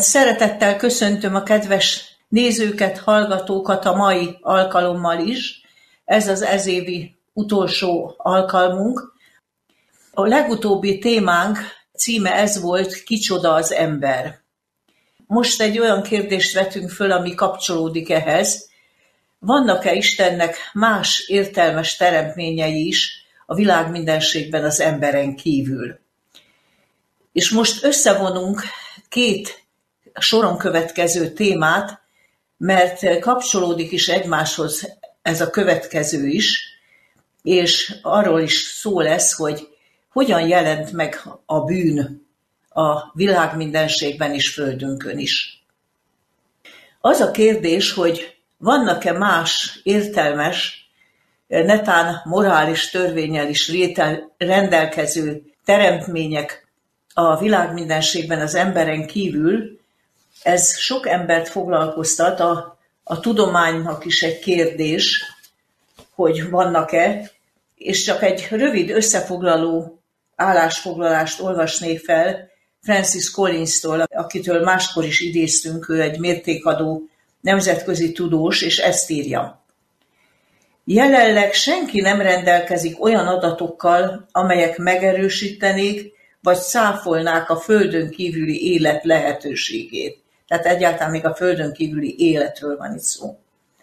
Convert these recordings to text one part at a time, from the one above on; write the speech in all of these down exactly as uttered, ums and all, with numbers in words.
Szeretettel köszöntöm a kedves nézőket, hallgatókat a mai alkalommal is. Ez az ezévi utolsó alkalmunk. A legutóbbi témánk címe ez volt, kicsoda az ember. Most egy olyan kérdést vetünk föl, ami kapcsolódik ehhez. Vannak-e Istennek más értelmes teremtményei is a világmindenségben az emberen kívül? És most összevonunk két soron következő témát, mert kapcsolódik is egymáshoz ez a következő is, és arról is szó lesz, hogy hogyan jelent meg a bűn a világmindenségben és földünkön is. Az a kérdés, hogy vannak-e más értelmes, netán morális törvénnyel is rendelkező teremtmények a világmindenségben az emberen kívül, ez sok embert foglalkoztat, a, a tudománynak is egy kérdés, hogy vannak-e, és csak egy rövid összefoglaló állásfoglalást olvasnék fel Francis Collins-tól, akitől máskor is idéztünk, ő egy mértékadó nemzetközi tudós, és ezt írja. Jelenleg senki nem rendelkezik olyan adatokkal, amelyek megerősítenék, vagy cáfolnák a földön kívüli élet lehetőségét. Tehát egyáltalán még a földön kívüli életről van itt szó.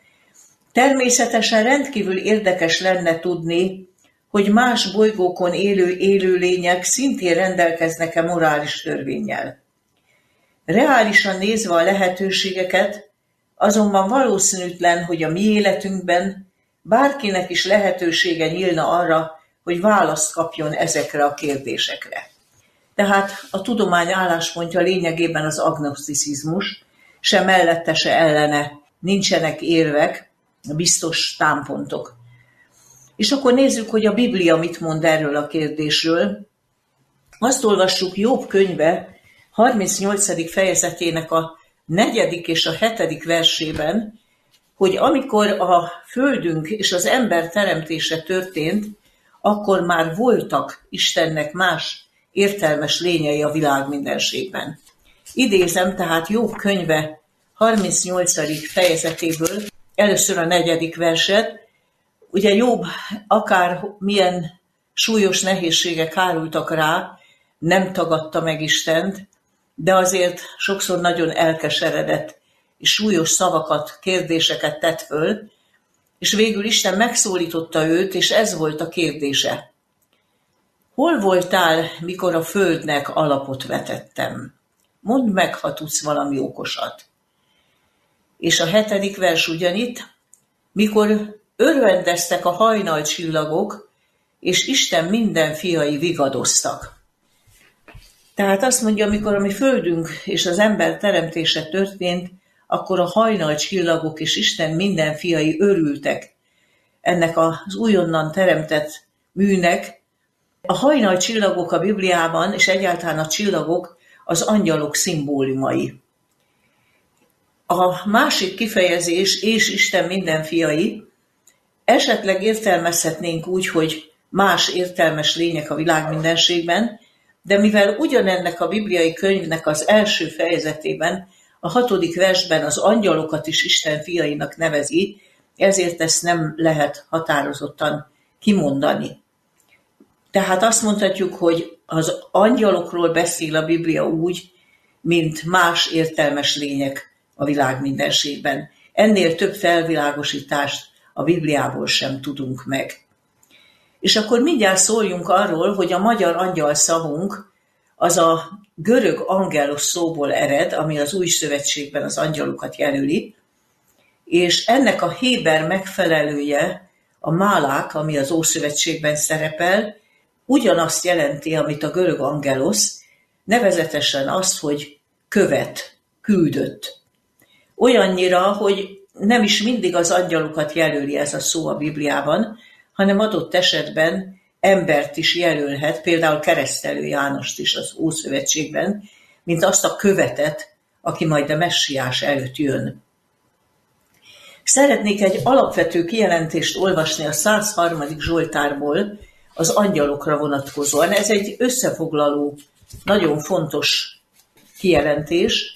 Természetesen rendkívül érdekes lenne tudni, hogy más bolygókon élő élőlények szintén rendelkeznek-e morális törvénnyel. Reálisan nézve a lehetőségeket, azonban valószínűtlen, hogy a mi életünkben bárkinek is lehetősége nyílna arra, hogy választ kapjon ezekre a kérdésekre. Tehát a tudomány álláspontja lényegében az agnoszticizmus, se mellette, se ellene nincsenek érvek, biztos támpontok. És akkor nézzük, hogy a Biblia mit mond erről a kérdésről. Azt olvassuk Jobb könyve harmincnyolcadik fejezetének a negyedik és a hetedik versében, hogy amikor a földünk és az ember teremtése történt, akkor már voltak Istennek más értelmes lényei a világmindenségben. Idézem tehát Jobb könyve harmincnyolcadik fejezetéből, először a negyedik verset. Ugye Jobb akár milyen súlyos nehézségek hárultak rá, nem tagadta meg Istent, de azért sokszor nagyon elkeseredett, és súlyos szavakat, kérdéseket tett föl, és végül Isten megszólította őt, és ez volt a kérdése. Hol voltál, mikor a földnek alapot vetettem? Mondd meg, ha tudsz valami okosat. És a hetedik vers ugyanitt, mikor örvendeztek a hajnalcsillagok, és Isten minden fiai vigadoztak. Tehát azt mondja, amikor a mi földünk és az ember teremtése történt, akkor a hajnalcsillagok és Isten minden fiai örültek ennek az újonnan teremtett műnek. A hajnalcsillagok a Bibliában, és egyáltalán a csillagok az angyalok szimbólumai. A másik kifejezés, és Isten minden fiai, esetleg értelmezhetnénk úgy, hogy más értelmes lények a világmindenségben, de mivel ugyanennek a bibliai könyvnek az első fejezetében, a hatodik versben az angyalokat is Isten fiainak nevezi, ezért ezt nem lehet határozottan kimondani. Tehát azt mondhatjuk, hogy az angyalokról beszél a Biblia úgy, mint más értelmes lények a világmindenségben. Ennél több felvilágosítást a Bibliából sem tudunk meg. És akkor mindjárt szóljunk arról, hogy a magyar angyal szavunk az a görög angelos szóból ered, ami az Új Szövetségben az angyalokat jelöli, és ennek a héber megfelelője, a málák, ami az Ószövetségben szerepel, ugyanazt jelenti, amit a görög angelosz, nevezetesen azt, hogy követ, küldött. Olyannyira, hogy nem is mindig az angyalokat jelöli ez a szó a Bibliában, hanem adott esetben embert is jelölhet, például Keresztelő Jánost is az Ószövetségben, mint azt a követet, aki majd a messiás előtt jön. Szeretnék egy alapvető kijelentést olvasni a százharmadik Zsoltárból az angyalokra vonatkozóan. Ez egy összefoglaló, nagyon fontos kijelentés.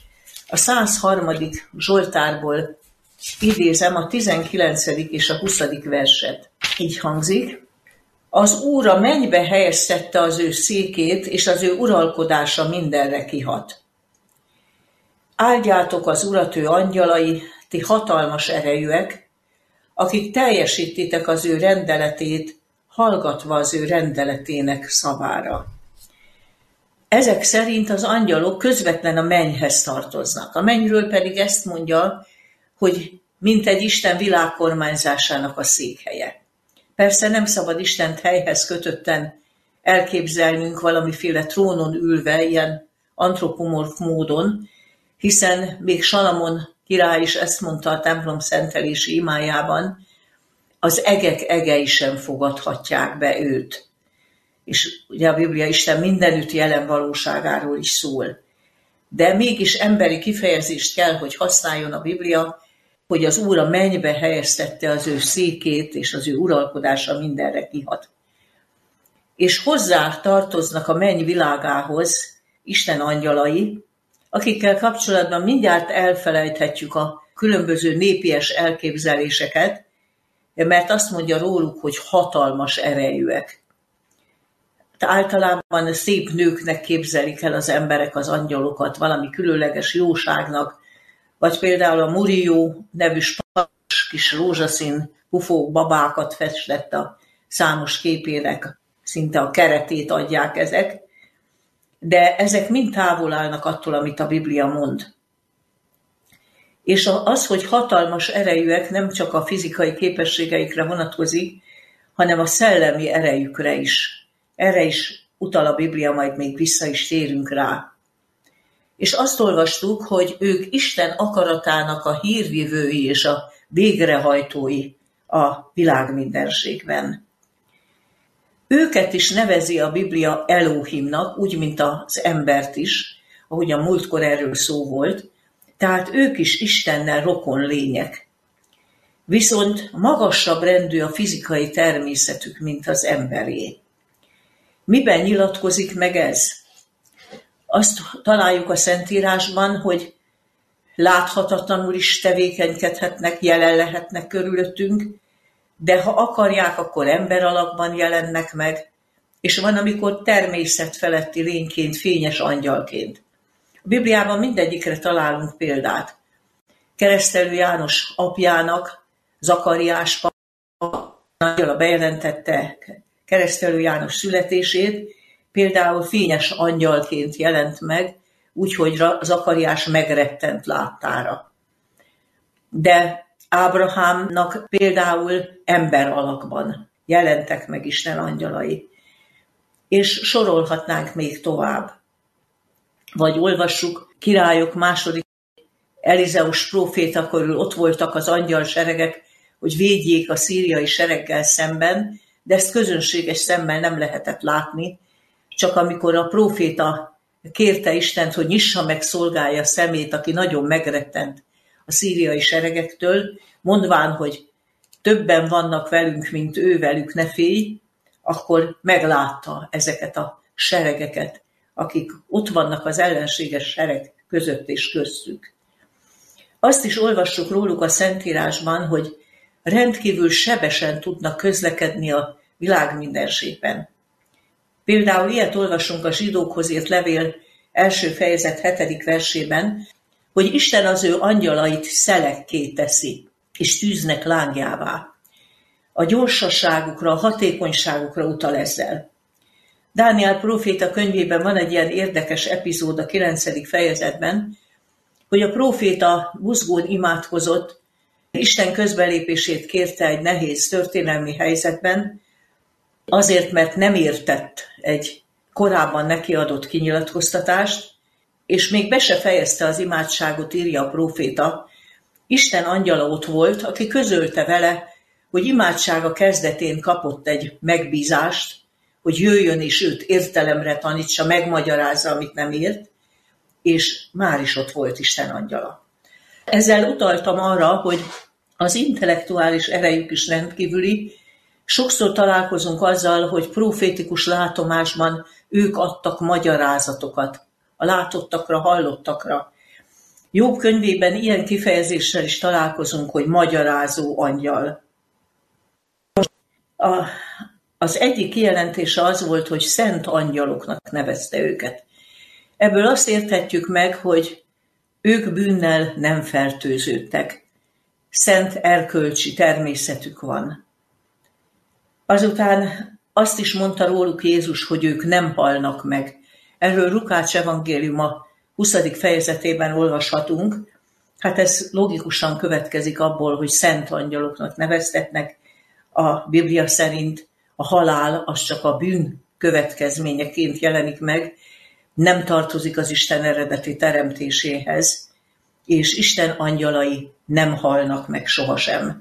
A százharmadik Zsoltárból idézem a tizenkilencedik és a huszadik verset. Így hangzik: az Úr a mennybe helyeztette az ő székét, és az ő uralkodása mindenre kihat. Áldjátok az Urat, ő angyalai, ti hatalmas erejűek, akik teljesítitek az ő rendeletét, hallgatva az ő rendeletének szavára. Ezek szerint az angyalok közvetlen a mennyhez tartoznak. A mennyről pedig ezt mondja, hogy mint egy Isten világkormányzásának a székhelye. Persze nem szabad Istent helyhez kötötten elképzelnünk valamiféle trónon ülve, ilyen antropomorf módon, hiszen még Salamon király is ezt mondta a templom szentelési imájában, az egek egei sem fogadhatják be őt. És ugye a Biblia Isten mindenütt jelen valóságáról is szól. De mégis emberi kifejezést kell, hogy használjon a Biblia, hogy az Úr a mennybe helyeztette az ő székét, és az ő uralkodása mindenre kihat. És hozzá tartoznak a menny világához Isten angyalai, akikkel kapcsolatban mindjárt elfelejthetjük a különböző népies elképzeléseket, mert azt mondja róluk, hogy hatalmas erejűek. Általában szép nőknek képzelik el az emberek az angyalokat, valami különleges jóságnak, vagy például a Murillo nevű spanyol kis rózsaszín pufó babákat festett a számos képének, szinte a keretét adják ezek, de ezek mind távol állnak attól, amit a Biblia mond. És az, hogy hatalmas erejűek, nem csak a fizikai képességeikre vonatkozik, hanem a szellemi erejükre is. Erre is utal a Biblia, majd még vissza is térünk rá. És azt olvastuk, hogy ők Isten akaratának a hírvivői és a végrehajtói a világmindenségben. Őket is nevezi a Biblia Elohimnak, úgy, mint az embert is, ahogy a múltkor erről szó volt, tehát ők is Istennel rokon lények. Viszont magasabb rendű a fizikai természetük, mint az emberé. Miben nyilatkozik meg ez? Azt találjuk a Szentírásban, hogy láthatatlanul is tevékenykedhetnek, jelen lehetnek körülöttünk, de ha akarják, akkor ember alakban jelennek meg, és van, amikor természet feletti lényként, fényes angyalként. A Bibliában mindegyikre találunk példát. Keresztelő János apjának, Zakariás angyala bejelentette Keresztelő János születését, például fényes angyalként jelent meg, úgyhogy Zakariás megrettent láttára. De Ábrahámnak például ember alakban jelentek meg Isten angyalai. És sorolhatnánk még tovább. Vagy olvassuk Királyok második Elizeus próféta körül ott voltak az angyalseregek, hogy védjék a szíriai sereggel szemben, de ezt közönséges szemmel nem lehetett látni, csak amikor a próféta kérte Istent, hogy nyissa meg szolgája szemét, aki nagyon megrettent a szíriai seregektől, mondván, hogy többen vannak velünk, mint ő velük, ne félj, akkor meglátta ezeket a seregeket, akik ott vannak az ellenséges sereg között és köztük. Azt is olvassuk róluk a Szentírásban, hogy rendkívül sebesen tudnak közlekedni a világ mindenségben. Például ilyet olvasunk a zsidókhoz írt levél első fejezet hetedik versében, hogy Isten az ő angyalait szelekké teszi, és tűznek lángjává. A gyorsaságukra, a hatékonyságukra utal ezzel. Dániel próféta könyvében van egy ilyen érdekes epizód a kilencedik fejezetben, hogy a próféta buzgón imádkozott, Isten közbelépését kérte egy nehéz történelmi helyzetben, azért, mert nem értett egy korábban neki adott kinyilatkoztatást, és még be se fejezte az imádságot, írja a próféta. Isten angyala ott volt, aki közölte vele, hogy imádsága kezdetén kapott egy megbízást, hogy jöjjön és őt értelemre tanítsa, megmagyarázza, amit nem ért, és már is ott volt Isten angyala. Ezzel utaltam arra, hogy az intellektuális erejük is rendkívüli. Sokszor találkozunk azzal, hogy profétikus látomásban ők adtak magyarázatokat a látottakra, hallottakra. Jobb könyvében ilyen kifejezéssel is találkozunk, hogy magyarázó angyal. A, az egyik kijelentése az volt, hogy szent angyaloknak nevezte őket. Ebből azt érthetjük meg, hogy ők bűnnel nem fertőződtek. Szent erkölcsi természetük van. Azután azt is mondta róluk Jézus, hogy ők nem halnak meg. Erről Lukács evangéliuma huszadik fejezetében olvashatunk. Hát ez logikusan következik abból, hogy szent angyaloknak neveztetnek. A Biblia szerint a halál az csak a bűn következményeként jelenik meg, nem tartozik az Isten eredeti teremtéséhez, és Isten angyalai nem halnak meg sohasem.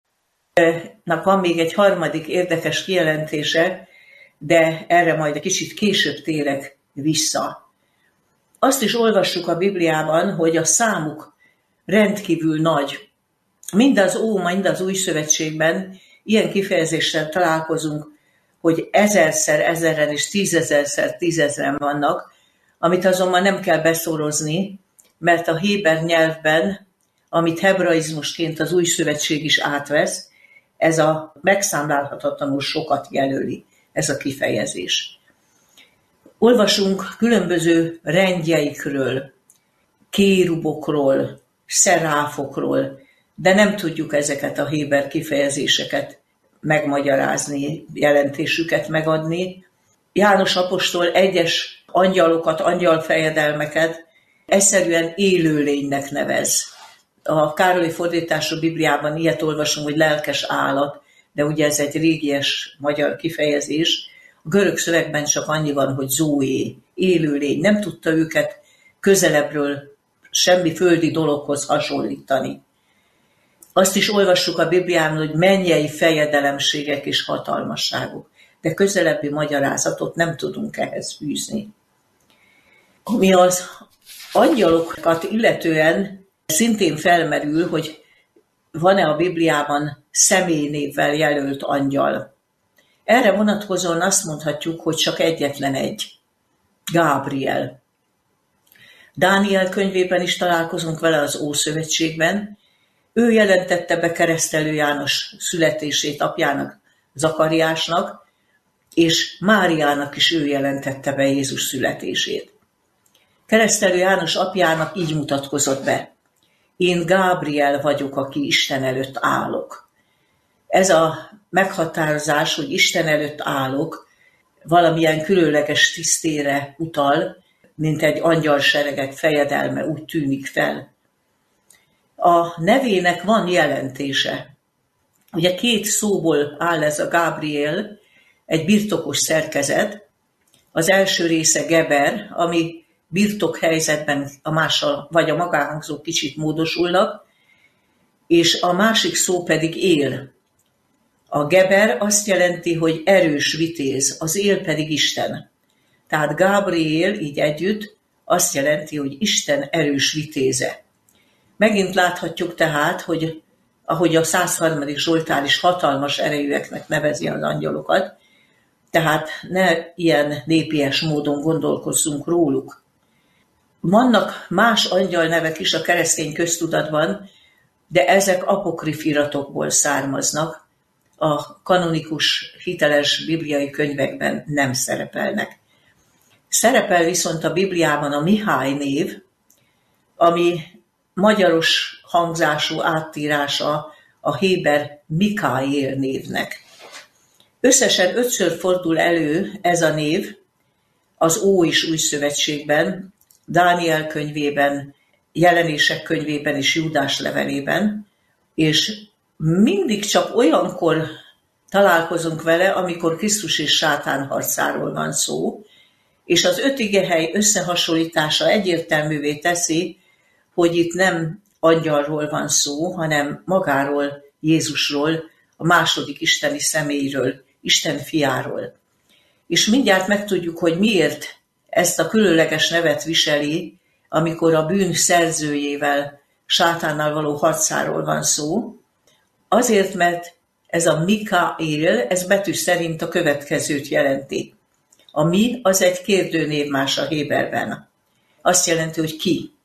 Na, van még egy harmadik érdekes kijelentése, de erre majd egy kicsit később térek vissza. Azt is olvassuk a Bibliában, hogy a számuk rendkívül nagy. Mind az Ó, mind az Új Szövetségben ilyen kifejezéssel találkozunk, hogy ezerszer ezeren és tízezerszer tízezren vannak, amit azonban nem kell beszorozni, mert a héber nyelvben, amit hebraizmusként az Új Szövetség is átvesz, ez a megszámlálhatatlanul sokat jelöli, ez a kifejezés. Olvasunk különböző rendjeikről, kérubokról, szeráfokról, de nem tudjuk ezeket a héber kifejezéseket megmagyarázni, jelentésüket megadni. János apostol egyes angyalokat, angyalfejedelmeket egyszerűen élőlénynek nevez. A Károlyi fordítású Bibliában ilyet olvasunk, hogy lelkes állat, de ugye ez egy régies magyar kifejezés. A görög szövegben csak annyi van, hogy zoé, élőlény. Nem tudta őket közelebbről semmi földi dologhoz hasonlítani. Azt is olvassuk a Bibliában, hogy mennyei fejedelemségek és hatalmasságok, de közelebbi magyarázatot nem tudunk ehhez fűzni. Ami az angyalokat illetően szintén felmerül, hogy van-e a Bibliában személynévvel jelölt angyal. Erre vonatkozóan azt mondhatjuk, hogy csak egyetlen egy, Gábriel. Dániel könyvében is találkozunk vele az Ószövetségben. Ő jelentette be Keresztelő János születését apjának, Zakariásnak, és Máriának is ő jelentette be Jézus születését. Keresztelő János apjának így mutatkozott be: én Gábriel vagyok, aki Isten előtt állok. Ez a meghatározás, hogy Isten előtt állok, valamilyen különleges tisztére utal, mint egy angyalseregek fejedelme, úgy tűnik fel. A nevének van jelentése. Ugye két szóból áll ez a Gábriel, egy birtokos szerkezet. Az első része Geber, ami birtokhelyzetben a mással, vagy a magánhangzók kicsit módosulnak, és a másik szó pedig él. A Geber azt jelenti, hogy erős vitéz, az él pedig Isten. Tehát Gábriel így együtt azt jelenti, hogy Isten erős vitéze. Megint láthatjuk tehát, hogy ahogy a száz harmadik Zsoltár is hatalmas erejűeknek nevezi az angyalokat, tehát ne ilyen népies módon gondolkozzunk róluk. Vannak más angyalnevek is a keresztény köztudatban, de ezek apokrif iratokból származnak, a kanonikus, hiteles bibliai könyvekben nem szerepelnek. Szerepel viszont a Bibliában a Mihály név, ami magyaros hangzású áttírása a héber Mikaél névnek. Összesen ötször fordul elő ez a név az Ó és Új Szövetségben, Dániel könyvében, Jelenések könyvében és Júdás levelében, és mindig csak olyankor találkozunk vele, amikor Krisztus és sátán harcáról van szó, és az öt igehely összehasonlítása egyértelművé teszi, hogy itt nem angyalról van szó, hanem magáról, Jézusról, a második isteni személyről, Isten fiáról. És mindjárt megtudjuk, hogy miért ezt a különleges nevet viseli, amikor a bűn szerzőjével, sátánnal való harcáról van szó. Azért, mert ez a Mikaél, ez betű szerint a következőt jelenti. A mi az egy kérdőnévmás a héberben. Azt jelenti, hogy ki.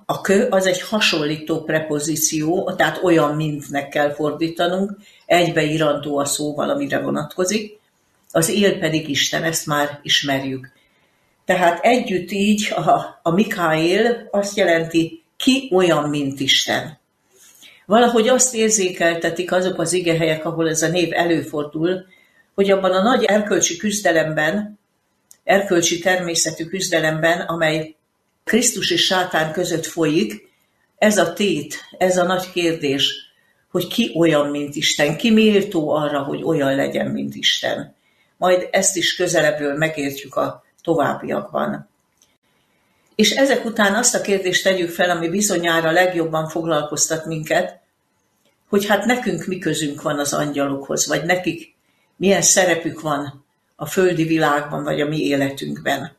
A kö az egy hasonlító prepozíció, tehát olyan, mintnek kell fordítanunk, egybeírandó a szóval, amire vonatkozik. Az él pedig Isten, ezt már ismerjük. Tehát együtt így a, a Mikaél azt jelenti, ki olyan, mint Isten. Valahogy azt érzékeltetik azok az igehelyek, ahol ez a név előfordul, hogy abban a nagy erkölcsi küzdelemben, erkölcsi természetű küzdelemben, amely Krisztus és sátán között folyik, ez a tét, ez a nagy kérdés, hogy ki olyan, mint Isten, ki méltó arra, hogy olyan legyen, mint Isten. Majd ezt is közelebbről megértjük a továbbiakban. És ezek után azt a kérdést tegyük fel, ami bizonyára legjobban foglalkoztat minket, hogy hát nekünk mi közünk van az angyalokhoz, vagy nekik milyen szerepük van a földi világban, vagy a mi életünkben.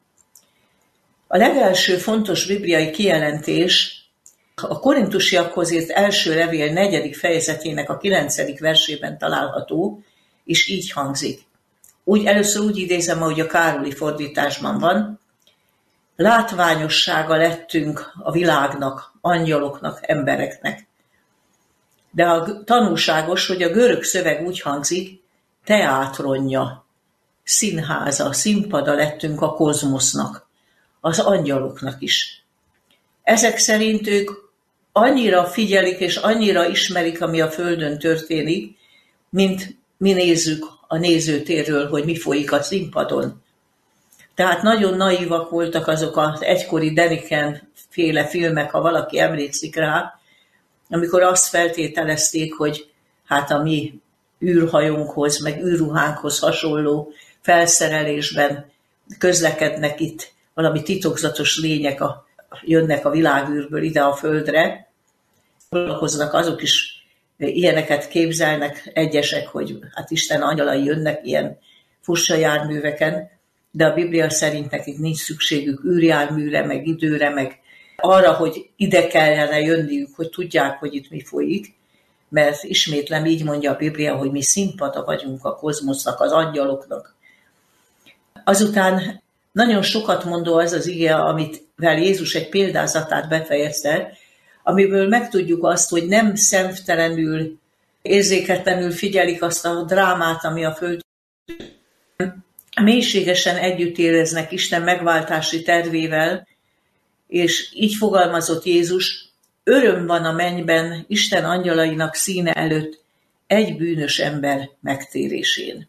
A legelső fontos bibliai kijelentés a korintusiakhoz írt első levél negyedik fejezetének a kilencedik versében található, és így hangzik. Úgy, először úgy idézem, ahogy a Károli fordításban van. Látványossága lettünk a világnak, angyaloknak, embereknek. De a tanulságos, hogy a görög szöveg úgy hangzik, teátronja, színháza, színpada lettünk a kozmosznak, az angyaloknak is. Ezek szerint ők annyira figyelik és annyira ismerik, ami a Földön történik, mint mi nézzük a nézőtérről, hogy mi folyik a színpadon. Tehát nagyon naívak voltak azok az egykori Deniken féle filmek, ha valaki emlékszik rá, amikor azt feltételezték, hogy hát a mi űrhajónkhoz, meg űrruhánkhoz hasonló felszerelésben közlekednek itt valami titokzatos lények, a, jönnek a világűrből ide a Földre. Foglalkoznak azok is, ilyeneket képzelnek egyesek, hogy hát Isten angyalai jönnek ilyen furcsa járműveken, de a Biblia szerint nekik nincs szükségük űrjárműre, meg időre, meg arra, hogy ide kellene jönniük, hogy tudják, hogy itt mi folyik, mert ismétlem így mondja a Biblia, hogy mi színpada vagyunk a kozmosznak, az angyaloknak. Azután nagyon sokat mondó az az ige, amivel Jézus egy példázatát befejezte, amiből megtudjuk azt, hogy nem szemtelenül, érzéketlenül figyelik azt a drámát, ami a Föld. Mélységesen együtt éreznek Isten megváltási tervével, és így fogalmazott Jézus, öröm van a mennyben Isten angyalainak színe előtt egy bűnös ember megtérésén.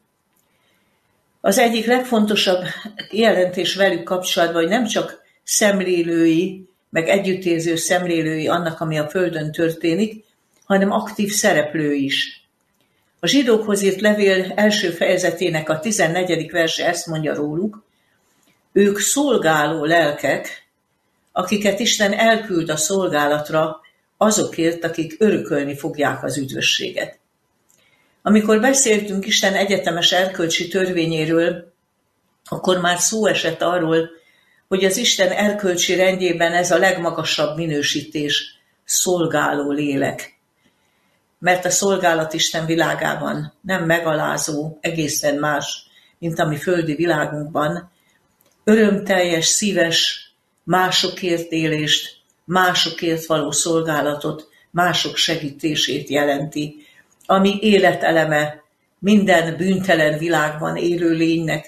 Az egyik legfontosabb jelentés velük kapcsolatban, hogy nem csak szemlélői, meg együttérző szemlélői annak, ami a Földön történik, hanem aktív szereplő is. A zsidókhoz írt levél első fejezetének a tizennegyedik verse ezt mondja róluk, ők szolgáló lelkek, akiket Isten elküld a szolgálatra azokért, akik örökölni fogják az üdvösséget. Amikor beszéltünk Isten egyetemes erkölcsi törvényéről, akkor már szó esett arról, hogy az Isten erkölcsi rendjében ez a legmagasabb minősítés, szolgáló lélek. Mert a szolgálat Isten világában nem megalázó, egészen más, mint a mi földi világunkban, örömteljes, szíves, másokért élést, másokért való szolgálatot, mások segítését jelenti, ami életeleme minden bűntelen világban élő lénynek.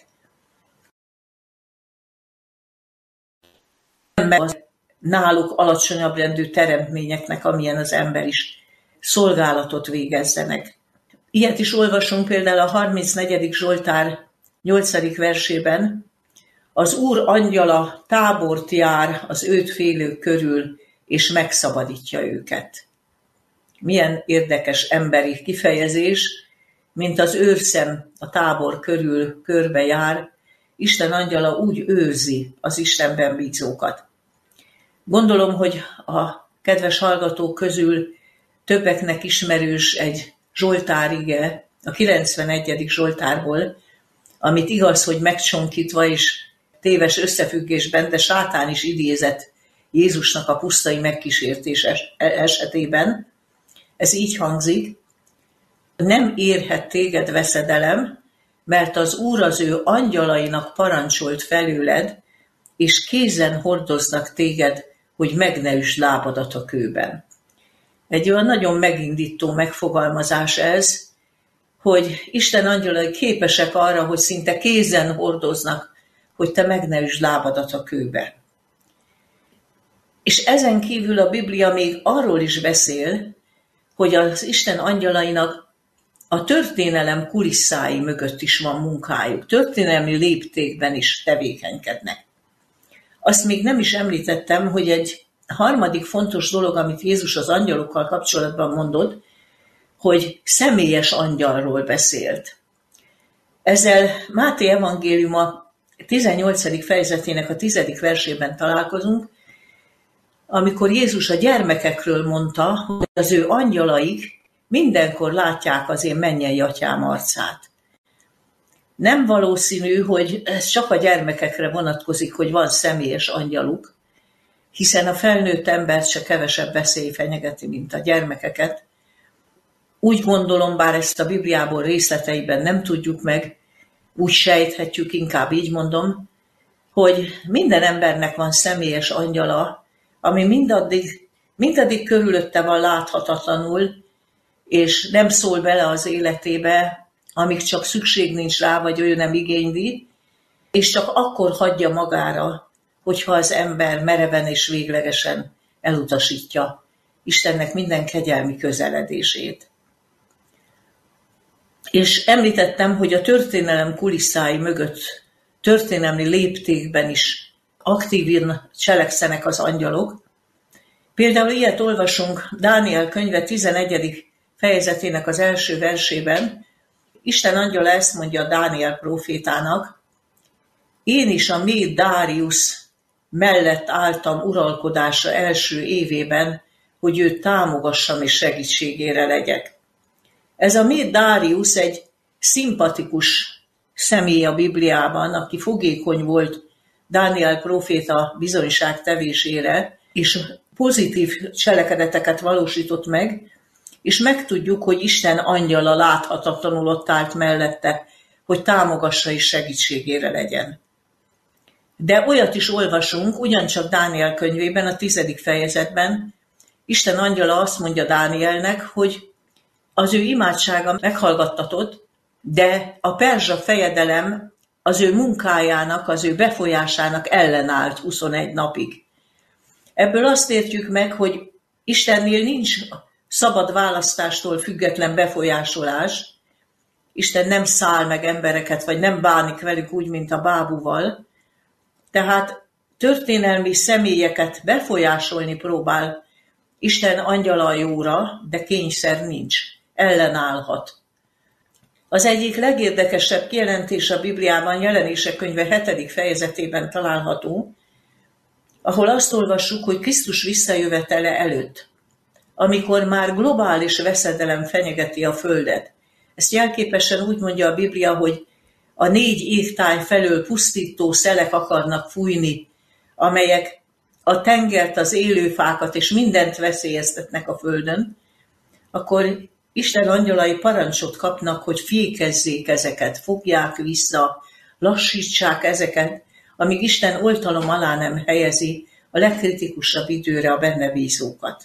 Az náluk alacsonyabb rendű teremtményeknek, amilyen az ember is, szolgálatot végezzenek. Ilyet is olvasunk például a harmincnegyedik Zsoltár nyolcadik versében, az Úr angyala tábort jár az őt félők körül, és megszabadítja őket. Milyen érdekes emberi kifejezés, mint az őrszem a tábor körül körbe jár, Isten angyala úgy őrzi az Istenben bízókat. Gondolom, hogy a kedves hallgatók közül többeknek ismerős egy Zsoltárige, a kilencvenegyedik Zsoltárból, amit igaz, hogy megcsonkítva és téves összefüggésben, de sátán is idézett Jézusnak a pusztai megkísértés esetében. Ez így hangzik, nem érhet téged veszedelem, mert az Úr az ő angyalainak parancsolt felőled, és kézen hordoznak téged hogy meg ne üsd lábadat a kőben. Egy olyan nagyon megindító megfogalmazás ez, hogy Isten angyalai képesek arra, hogy szinte kézen hordoznak, hogy te meg ne üsd lábadat a kőbe. És ezen kívül a Biblia még arról is beszél, hogy az Isten angyalainak a történelem kulisszái mögött is van munkájuk, történelmi léptékben is tevékenykednek. Azt még nem is említettem, hogy egy harmadik fontos dolog, amit Jézus az angyalokkal kapcsolatban mondott, hogy személyes angyalról beszélt. Ezzel Máté evangéliuma tizennyolcadik fejezetének a tizedik versében találkozunk, amikor Jézus a gyermekekről mondta, hogy az ő angyalaik mindenkor látják az én mennyei atyám arcát. Nem valószínű, hogy ez csak a gyermekekre vonatkozik, hogy van személyes angyaluk, hiszen a felnőtt embert se kevesebb veszély fenyegeti, mint a gyermekeket. Úgy gondolom, bár ezt a Bibliából részleteiben nem tudjuk meg, úgy sejthetjük, inkább így mondom, hogy minden embernek van személyes angyala, ami mindaddig, mindaddig körülötte van láthatatlanul, és nem szól bele az életébe, amíg csak szükség nincs rá, vagy ő nem igényli, és csak akkor hagyja magára, hogyha az ember mereven és véglegesen elutasítja Istennek minden kegyelmi közeledését. És említettem, hogy a történelem kulisszái mögött történelmi léptékben is aktívan cselekszenek az angyalok. Például ilyet olvasunk Dániel könyve tizenegyedik fejezetének az első versében. Isten angyala ezt mondja Dániel prófétának: én is a méd Dáriusz mellett álltam uralkodása első évében, hogy őt támogassam és segítségére legyek. Ez a méd Dáriusz egy szimpatikus személy a Bibliában, aki fogékony volt Dániel próféta bizonyság tevésére, és pozitív cselekedeteket valósított meg, és megtudjuk, hogy Isten angyala láthatatlanul ott állt mellette, hogy támogassa és segítségére legyen. De olyat is olvasunk, ugyancsak Dániel könyvében, a tizedik fejezetben, Isten angyala azt mondja Dánielnek, hogy az ő imádsága meghallgattatott, de a perzsa fejedelem az ő munkájának, az ő befolyásának ellenállt huszonegy napig. Ebből azt értjük meg, hogy Istennél nincs szabad választástól független befolyásolás. Isten nem száll meg embereket, vagy nem bánik velük úgy, mint a bábúval. Tehát történelmi személyeket befolyásolni próbál Isten angyala jóra, de kényszer nincs, ellenállhat. Az egyik legérdekesebb kijelentés a Bibliában Jelenések könyve hetedik fejezetében található, ahol azt olvassuk, hogy Krisztus visszajövetele előtt, amikor már globális veszedelem fenyegeti a földet. Ezt jelképesen úgy mondja a Biblia, hogy a négy égtáj felől pusztító szelek akarnak fújni, amelyek a tengert, az élőfákat és mindent veszélyeztetnek a földön, akkor Isten angyalai parancsot kapnak, hogy fékezzék ezeket, fogják vissza, lassítsák ezeket, amíg Isten oltalom alá nem helyezi a legkritikusabb időre a benne bízókat.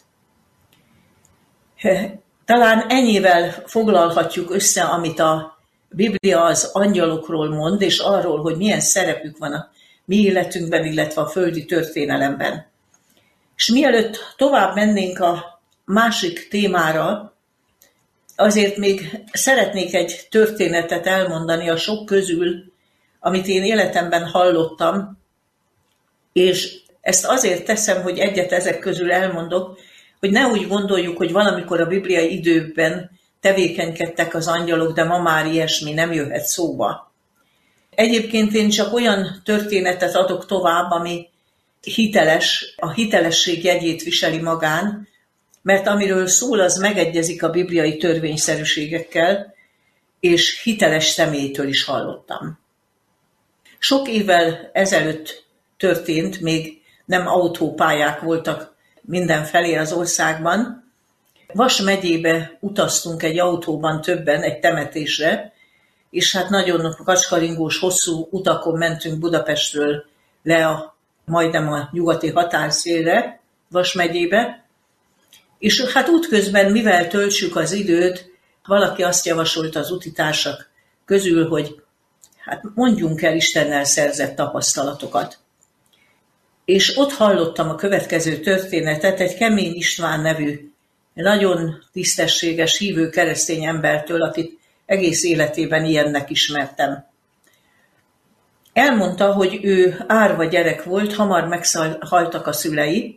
Talán ennyivel foglalhatjuk össze, amit a Biblia az angyalokról mond, és arról, hogy milyen szerepük van a mi életünkben, illetve a földi történelemben. És mielőtt tovább mennénk a másik témára, azért még szeretnék egy történetet elmondani a sok közül, amit én életemben hallottam, és ezt azért teszem, hogy egyet ezek közül elmondok, hogy ne úgy gondoljuk, hogy valamikor a bibliai időben tevékenykedtek az angyalok, de ma már ilyesmi nem jöhet szóba. Egyébként én csak olyan történetet adok tovább, ami hiteles, a hitelesség jegyét viseli magán, mert amiről szól, az megegyezik a bibliai törvényszerűségekkel, és hiteles személytől is hallottam. Sok évvel ezelőtt történt, még nem autópályák voltak mindenfelé az országban. Vas megyébe utaztunk egy autóban többen egy temetésre, és hát nagyon kacskaringós, hosszú utakon mentünk Budapestről le a, majdnem a nyugati határszélre, Vas megyébe, és hát útközben, mivel töltsük az időt, valaki azt javasolta az utitársak közül, hogy hát mondjunk el Istennel szerzett tapasztalatokat. És ott hallottam a következő történetet egy Kemény István nevű, nagyon tisztességes, hívő keresztény embertől, akit egész életében ilyennek ismertem. Elmondta, hogy ő árva gyerek volt, hamar meghaltak a szülei,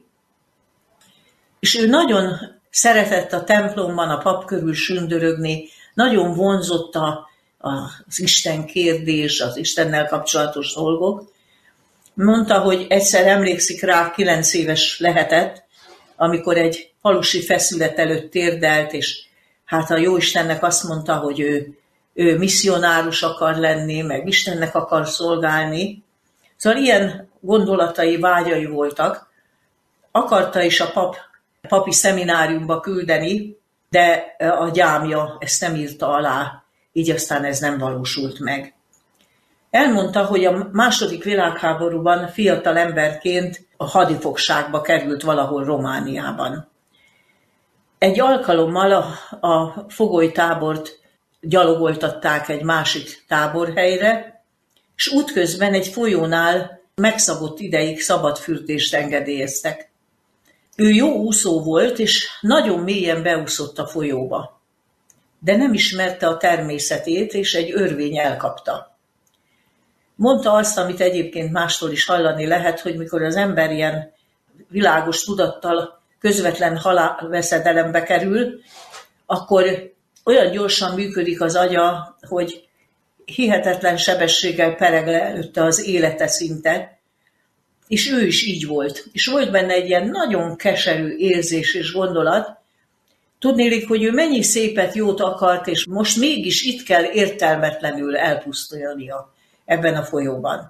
és ő nagyon szeretett a templomban a pap körül sündörögni, nagyon vonzott a, az Isten kérdés, az Istennel kapcsolatos dolgok. Mondta, hogy egyszer emlékszik rá, kilenc éves lehetett, amikor egy falusi feszület előtt térdelt, és hát a Jóistennek azt mondta, hogy ő, ő misszionárus akar lenni, meg Istennek akar szolgálni. Szóval ilyen gondolatai, vágyai voltak. Akarta is a pap, papi szemináriumba küldeni, de a gyámja ezt nem írta alá, így aztán ez nem valósult meg. Elmondta, hogy a második világháborúban fiatal emberként a hadifogságba került valahol Romániában. Egy alkalommal a, a fogolytábort gyalogoltatták egy másik táborhelyre, és útközben egy folyónál megszabott ideig szabadfürdést engedélyeztek. Ő jó úszó volt, és nagyon mélyen beúszott a folyóba, de nem ismerte a természetét, és egy örvény elkapta. Mondta azt, amit egyébként mástól is hallani lehet, hogy mikor az ember ilyen világos tudattal közvetlen halálveszedelembe kerül, akkor olyan gyorsan működik az agya, hogy hihetetlen sebességgel pereg le előtte az élete szinte, és ő is így volt. És volt benne egy ilyen nagyon keserű érzés és gondolat. Tudnélik, hogy ő mennyi szépet, jót akart, és most mégis itt kell értelmetlenül elpusztulnia ebben a folyóban.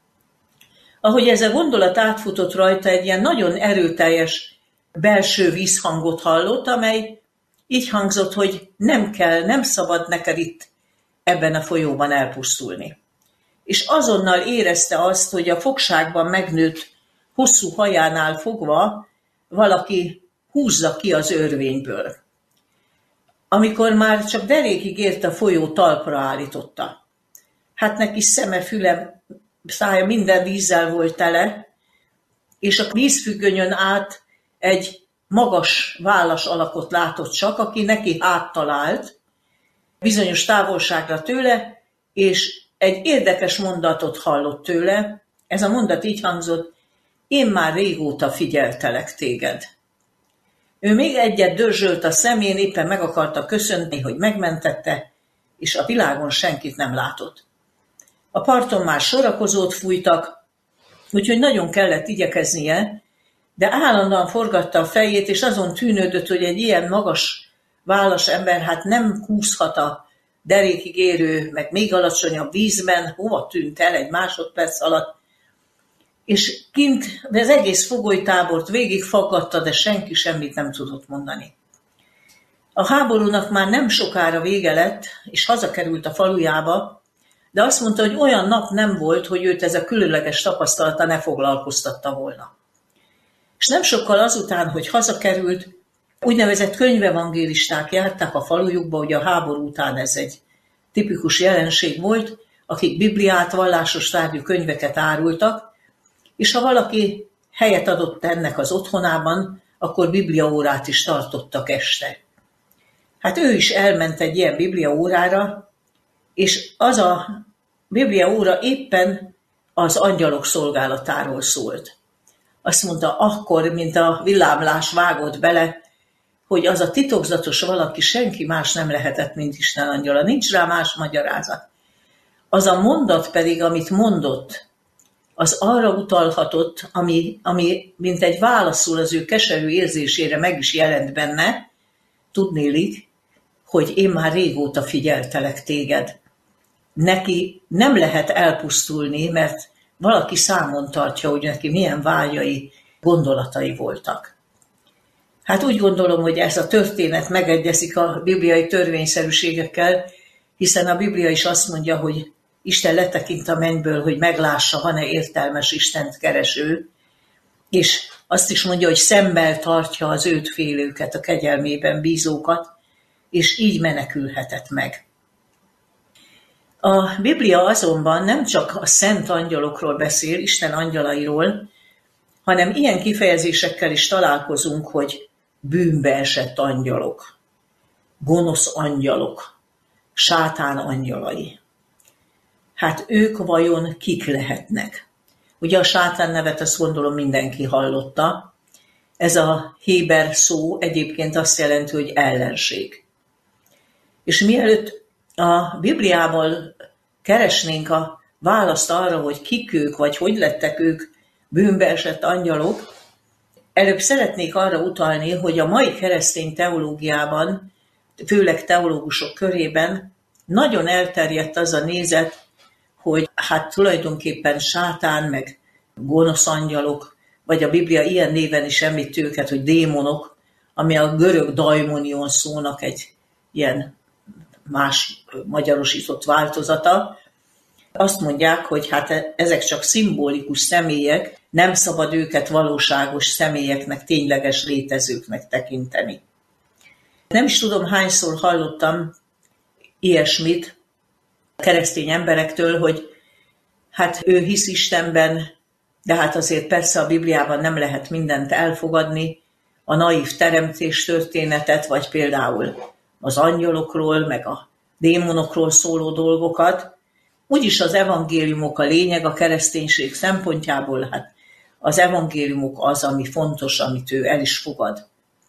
Ahogy ez a gondolat átfutott rajta, egy ilyen nagyon erőteljes belső vízhangot hallott, amely így hangzott, hogy nem kell, nem szabad neked itt ebben a folyóban elpusztulni. És azonnal érezte azt, hogy a fogságban megnőtt hosszú hajánál fogva valaki húzza ki az örvényből. Amikor már csak derékig ért, a folyó talpra állította. Hát neki szeme, füle, szája minden vízzel volt tele, és a vízfüggönyön át egy magas vállas alakot látott csak, aki neki áttalált, bizonyos távolságra tőle, és egy érdekes mondatot hallott tőle. Ez a mondat így hangzott: én már régóta figyeltelek téged. Ő még egyet dörzsölt a szemén, éppen meg akarta köszönni, hogy megmentette, és a világon senkit nem látott. A parton már sorakozót fújtak, úgyhogy nagyon kellett igyekeznie, de állandóan forgatta a fejét, és azon tűnődött, hogy egy ilyen magas vállas ember hát nem kúszhat a derékig érő, meg még alacsonyabb vízben, hova tűnt el egy másodperc alatt, és kint az egész fogolytábort végigfaggatta, de senki semmit nem tudott mondani. A háborúnak már nem sokára vége lett, és hazakerült a falujába, de azt mondta, hogy olyan nap nem volt, hogy őt ez a különleges tapasztalata ne foglalkoztatta volna. És nem sokkal azután, hogy hazakerült, úgynevezett könyvevangélisták járták a falujukba, ugye a háború után ez egy tipikus jelenség volt, akik Bibliát, vallásos tárgyú könyveket árultak, és ha valaki helyet adott ennek az otthonában, akkor bibliaórát is tartottak este. Hát ő is elment egy ilyen bibliaórára, és az a bibliaóra éppen az angyalok szolgálatáról szólt. Azt mondta, akkor, mint a villámlás vágott bele, hogy az a titokzatos valaki senki más nem lehetett, mint Isten angyala. Nincs rá más magyarázat. Az a mondat pedig, amit mondott, az arra utalhatott, ami, ami mint egy válaszul az ő keserű érzésére meg is jelent benne, tudnélik, hogy én már régóta figyeltelek téged. Neki nem lehet elpusztulni, mert valaki számon tartja, hogy neki milyen vágyai, gondolatai voltak. Hát úgy gondolom, hogy ez a történet megegyezik a bibliai törvényszerűségekkel, hiszen a Biblia is azt mondja, hogy Isten letekint a mennyből, hogy meglássa, van-e értelmes Istent kereső, és Azt is mondja, hogy szemmel tartja az őt félőket, a kegyelmében bízókat, és így menekülhetett meg. A Biblia azonban nem csak a szent angyalokról beszél, Isten angyalairól, hanem ilyen kifejezésekkel is találkozunk, hogy bűnbe esett angyalok, gonosz angyalok, sátán angyalai. Hát ők vajon kik lehetnek? Ugye a sátán nevet azt gondolom mindenki hallotta. Ez a héber szó egyébként azt jelenti, hogy ellenség. És mielőtt a Bibliával keresnénk a választ arra, hogy kik ők, vagy hogy lettek ők bűnbe esett angyalok, előbb szeretnék arra utalni, hogy a mai keresztény teológiában, főleg teológusok körében nagyon elterjedt az a nézet, hogy hát tulajdonképpen sátán, meg gonosz angyalok, vagy a Biblia ilyen néven is említ őket, hogy démonok, ami a görög daimonion szónak egy ilyen más magyarosított változata. Azt mondják, hogy hát ezek csak szimbolikus személyek, nem szabad őket valóságos személyeknek, tényleges létezőknek tekinteni. Nem is tudom, hányszor hallottam ilyesmit a keresztény emberektől, hogy hát ő hisz Istenben, de hát azért persze a Bibliában nem lehet mindent elfogadni, a naív teremtés történetet, vagy például az angyalokról, meg a démonokról szóló dolgokat. Úgyis az evangéliumok a lényeg a kereszténység szempontjából, hát az evangéliumok az, ami fontos, amit ő el is fogad.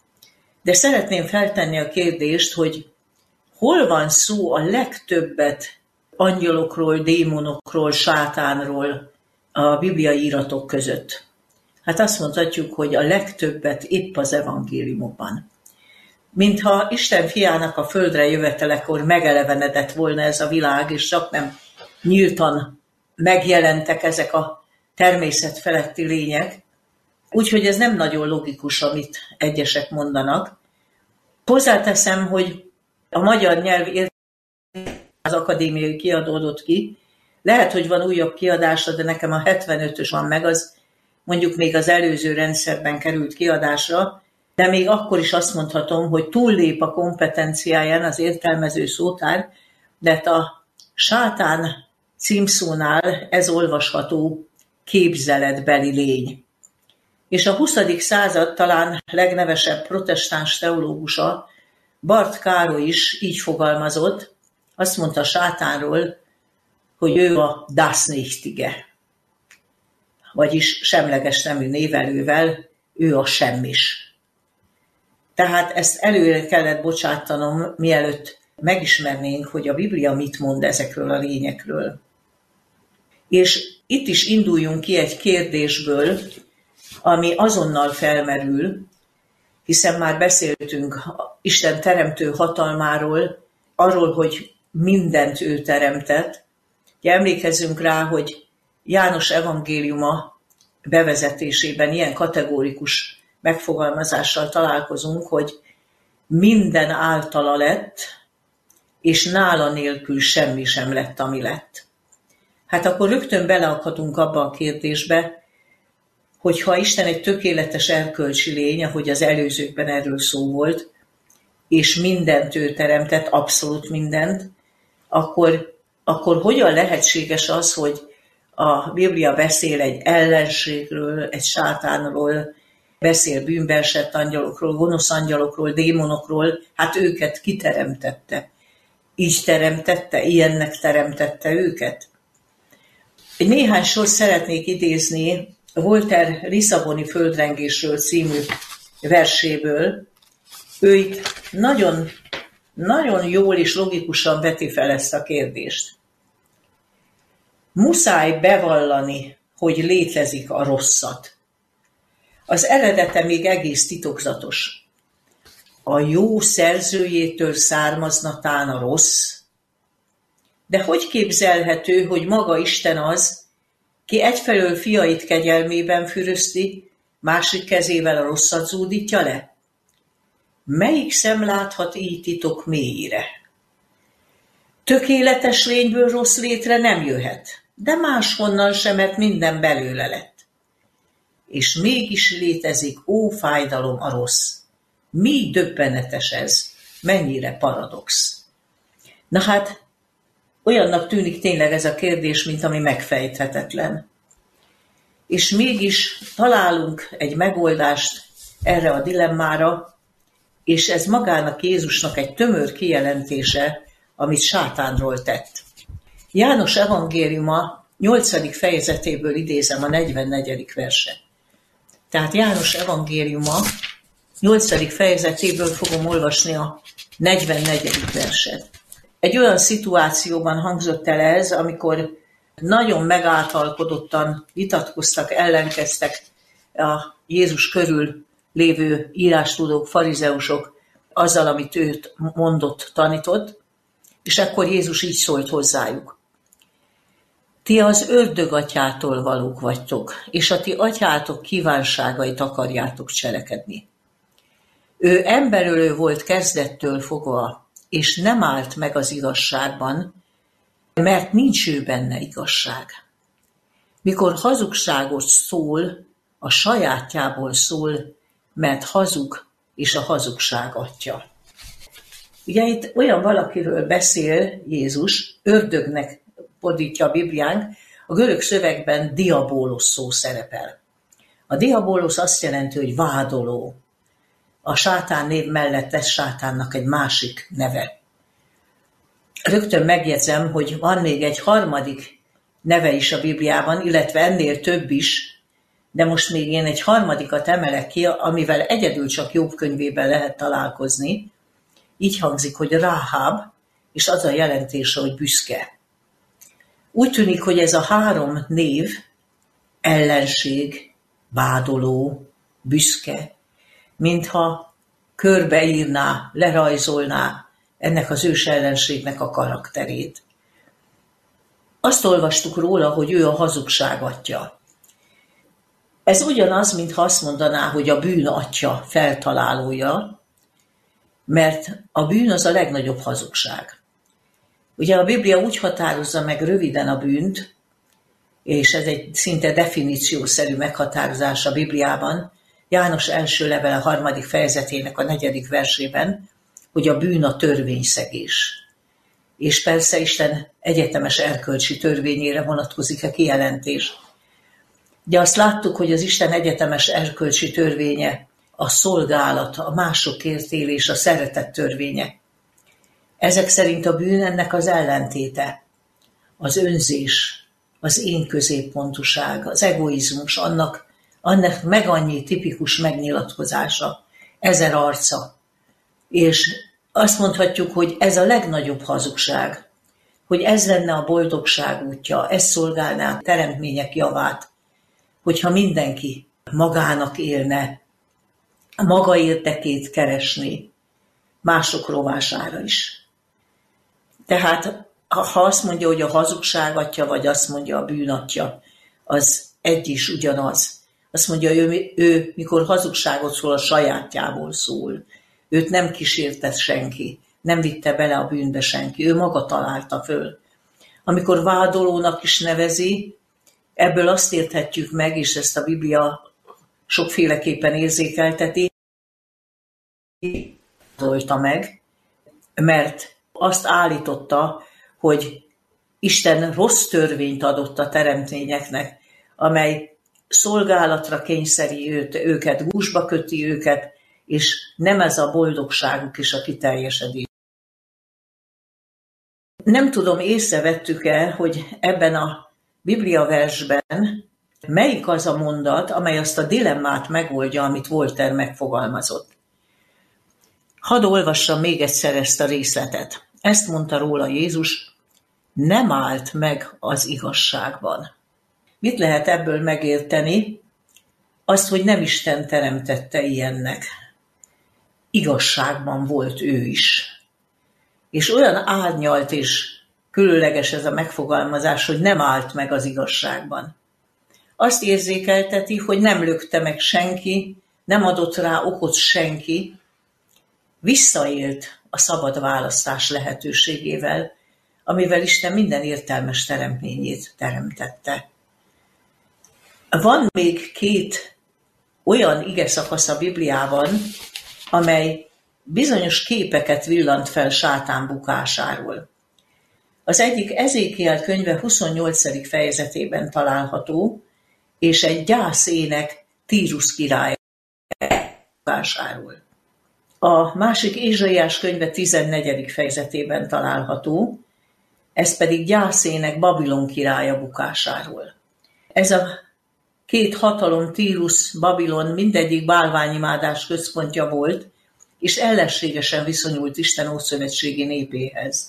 De szeretném feltenni a kérdést, hogy hol van szó a legtöbbet angyalokról, démonokról, sátánról a bibliai íratok között? Hát azt mondhatjuk, hogy a legtöbbet épp az evangéliumokban. Mintha Isten fiának a földre jövetelekor megelevenedett volna ez a világ, és csak nem nyíltan megjelentek ezek a természet feletti lények, úgyhogy ez nem nagyon logikus, amit egyesek mondanak. Hozzáteszem, hogy a magyar nyelv az akadémiai kiadó adott ki, lehet, hogy van újabb kiadása, de nekem a hetvenötös van meg, az mondjuk még az előző rendszerben került kiadásra, de még akkor is azt mondhatom, hogy túllép a kompetenciáján az értelmező szótár, de a sátán címszónál ez olvasható képzeletbeli lény. És a huszadik század talán legnevesebb protestáns teológusa, Barth Károly is így fogalmazott, azt mondta sátánról, hogy ő a Das Nichtige, vagyis semleges nemű névelővel, ő a semmis. Tehát ezt előre kellett bocsátanom, mielőtt megismernénk, hogy a Biblia mit mond ezekről a lényekről. És itt is induljunk ki egy kérdésből, ami azonnal felmerül, hiszen már beszéltünk Isten teremtő hatalmáról, arról, hogy mindent ő teremtett. Emlékezzünk rá, hogy János evangéliuma bevezetésében ilyen kategórikus megfogalmazással találkozunk, hogy minden általa lett, és nála nélkül semmi sem lett, ami lett. Hát akkor rögtön beleakadunk abba a kérdésbe, hogy ha Isten egy tökéletes erkölcsi lény, ahogy az előzőkben erről szó volt, és mindent ő teremtett, abszolút mindent, akkor, akkor hogyan lehetséges az, hogy a Biblia beszél egy ellenségről, egy sátánról, beszél bűnbe esett angyalokról, gonosz angyalokról, démonokról, hát őket kiteremtette. Így teremtette, ilyennek teremtette őket. Egy néhány sort szeretnék idézni Voltaire Lisszaboni földrengésről című verséből. Ő itt nagyon, nagyon jól és logikusan veti fel ezt a kérdést. Muszáj bevallani, hogy létezik a rosszat. Az eredete még egész titokzatos. A jó szerzőjétől származna tán a rossz, de hogy képzelhető, hogy maga Isten az, ki egyfelől fiait kegyelmében fürözti, másik kezével a rosszat zúdítja le? Melyik szem láthat így titok mélyére? Tökéletes lényből rossz létre nem jöhet, de máshonnan sem, mert minden belőle lett. és mégis létezik, ó fájdalom, a rossz. Mi döbbenetes ez, mennyire paradox. Na hát, olyannak tűnik tényleg ez a kérdés, mint ami megfejthetetlen. És mégis találunk egy megoldást erre a dilemmára, és ez magának Jézusnak egy tömör kijelentése, amit sátánról tett. János evangéliuma nyolcadik fejezetéből idézem a negyvennegyedik verset. Tehát János evangéliuma nyolcadik fejezetéből fogom olvasni a negyvennegyedik verset. Egy olyan szituációban hangzott el ez, amikor nagyon megáltalkodottan vitatkoztak, ellenkeztek a Jézus körül lévő írástudók, farizeusok azzal, amit őt mondott, tanított, és akkor Jézus így szólt hozzájuk. Ti az ördög atyától valók vagytok, és a ti atyátok kívánságait akarjátok cselekedni. Ő emberölő volt kezdettől fogva, és nem állt meg az igazságban, mert nincs ő benne igazság. Mikor hazugságot szól, a sajátjából szól, mert hazug, és a hazugság atya. Ugye itt olyan valakiről beszél Jézus, ördögnek fordítja a Bibliánk, a görög szövegben diabólosz szó szerepel. A diabólosz azt jelenti, hogy vádoló. A sátán név mellett ez sátánnak egy másik neve. Rögtön megjegyzem, hogy van még egy harmadik neve is a Bibliában, illetve ennél több is, de most még én egy harmadikat emelek ki, amivel egyedül csak Jobb könyvében lehet találkozni. Így hangzik, hogy Ráháb, és az a jelentése, hogy büszke. Úgy tűnik, hogy ez a három név, ellenség, vádoló, büszke, mintha körbeírná, lerajzolná ennek az ős ellenségnek a karakterét. Azt olvastuk róla, hogy ő a hazugság atya. Ez ugyanaz, mintha azt mondaná, hogy a bűn atya, feltalálója, mert a bűn az a legnagyobb hazugság. Ugye a Biblia úgy határozza meg röviden a bűnt, és ez egy szinte definíciószerű meghatározás a Bibliában, János első levele harmadik fejezetének a negyedik versében, hogy a bűn a törvényszegés. És persze Isten egyetemes erkölcsi törvényére vonatkozik a kijelentés. De azt láttuk, hogy az Isten egyetemes erkölcsi törvénye a szolgálat, a másokért élés, a szeretet törvénye. Ezek szerint a bűn ennek az ellentéte. Az önzés, az én középpontúság, az egoizmus, annak, annak meg annyi tipikus megnyilatkozása, ezer arca. És azt mondhatjuk, hogy ez a legnagyobb hazugság, hogy ez lenne a boldogság útja, ez szolgálná a teremtmények javát, hogyha mindenki magának élne, maga érdekét keresni, mások rovására is. Tehát ha azt mondja, hogy a hazugság atya, vagy azt mondja a bűn atya, az egy is ugyanaz. Azt mondja, ő, ő mikor hazugságot szól, a sajátjából szól. Őt nem kísértett senki, nem vitte bele a bűnbe senki, ő maga találta föl. Amikor vádolónak is nevezi, ebből azt érthetjük meg, és ezt a Biblia sokféleképpen érzékelteti, vádolta meg, mert azt állította, hogy Isten rossz törvényt adott a teremtményeknek, amely szolgálatra kényszeri őt, őket, gúzsba köti őket, és nem ez a boldogságuk és a kiteljesedés. Nem tudom, észrevettük-e, hogy ebben a Biblia versben melyik az a mondat, amely azt a dilemmát megoldja, amit Voltaire megfogalmazott. Hadd olvassam még egyszer ezt a részletet. Ezt mondta róla Jézus, nem állt meg az igazságban. Mit lehet ebből megérteni? Azt, hogy nem Isten teremtette ilyennek. Igazságban volt ő is. És olyan árnyalt és különleges ez a megfogalmazás, hogy nem állt meg az igazságban. Azt érzékelteti, hogy nem lökte meg senki, nem adott rá okot senki, visszaélt a szabad választás lehetőségével, amivel Isten minden értelmes teremtményét teremtette. Van még két olyan ige szakasz a Bibliában, amely bizonyos képeket villant fel Sátán bukásáról. Az egyik Ezékiel könyve huszonnyolcadik fejezetében található, és egy gyászének Tírus király bukásáról. A másik Ézsaiás könyve tizennegyedik fejezetében található, ez pedig gyászének Babilon királya bukásáról. Ez a két hatalom, Tírus, Babilon mindegyik bálványimádás központja volt, és ellenségesen viszonyult Isten ószövetségi népéhez.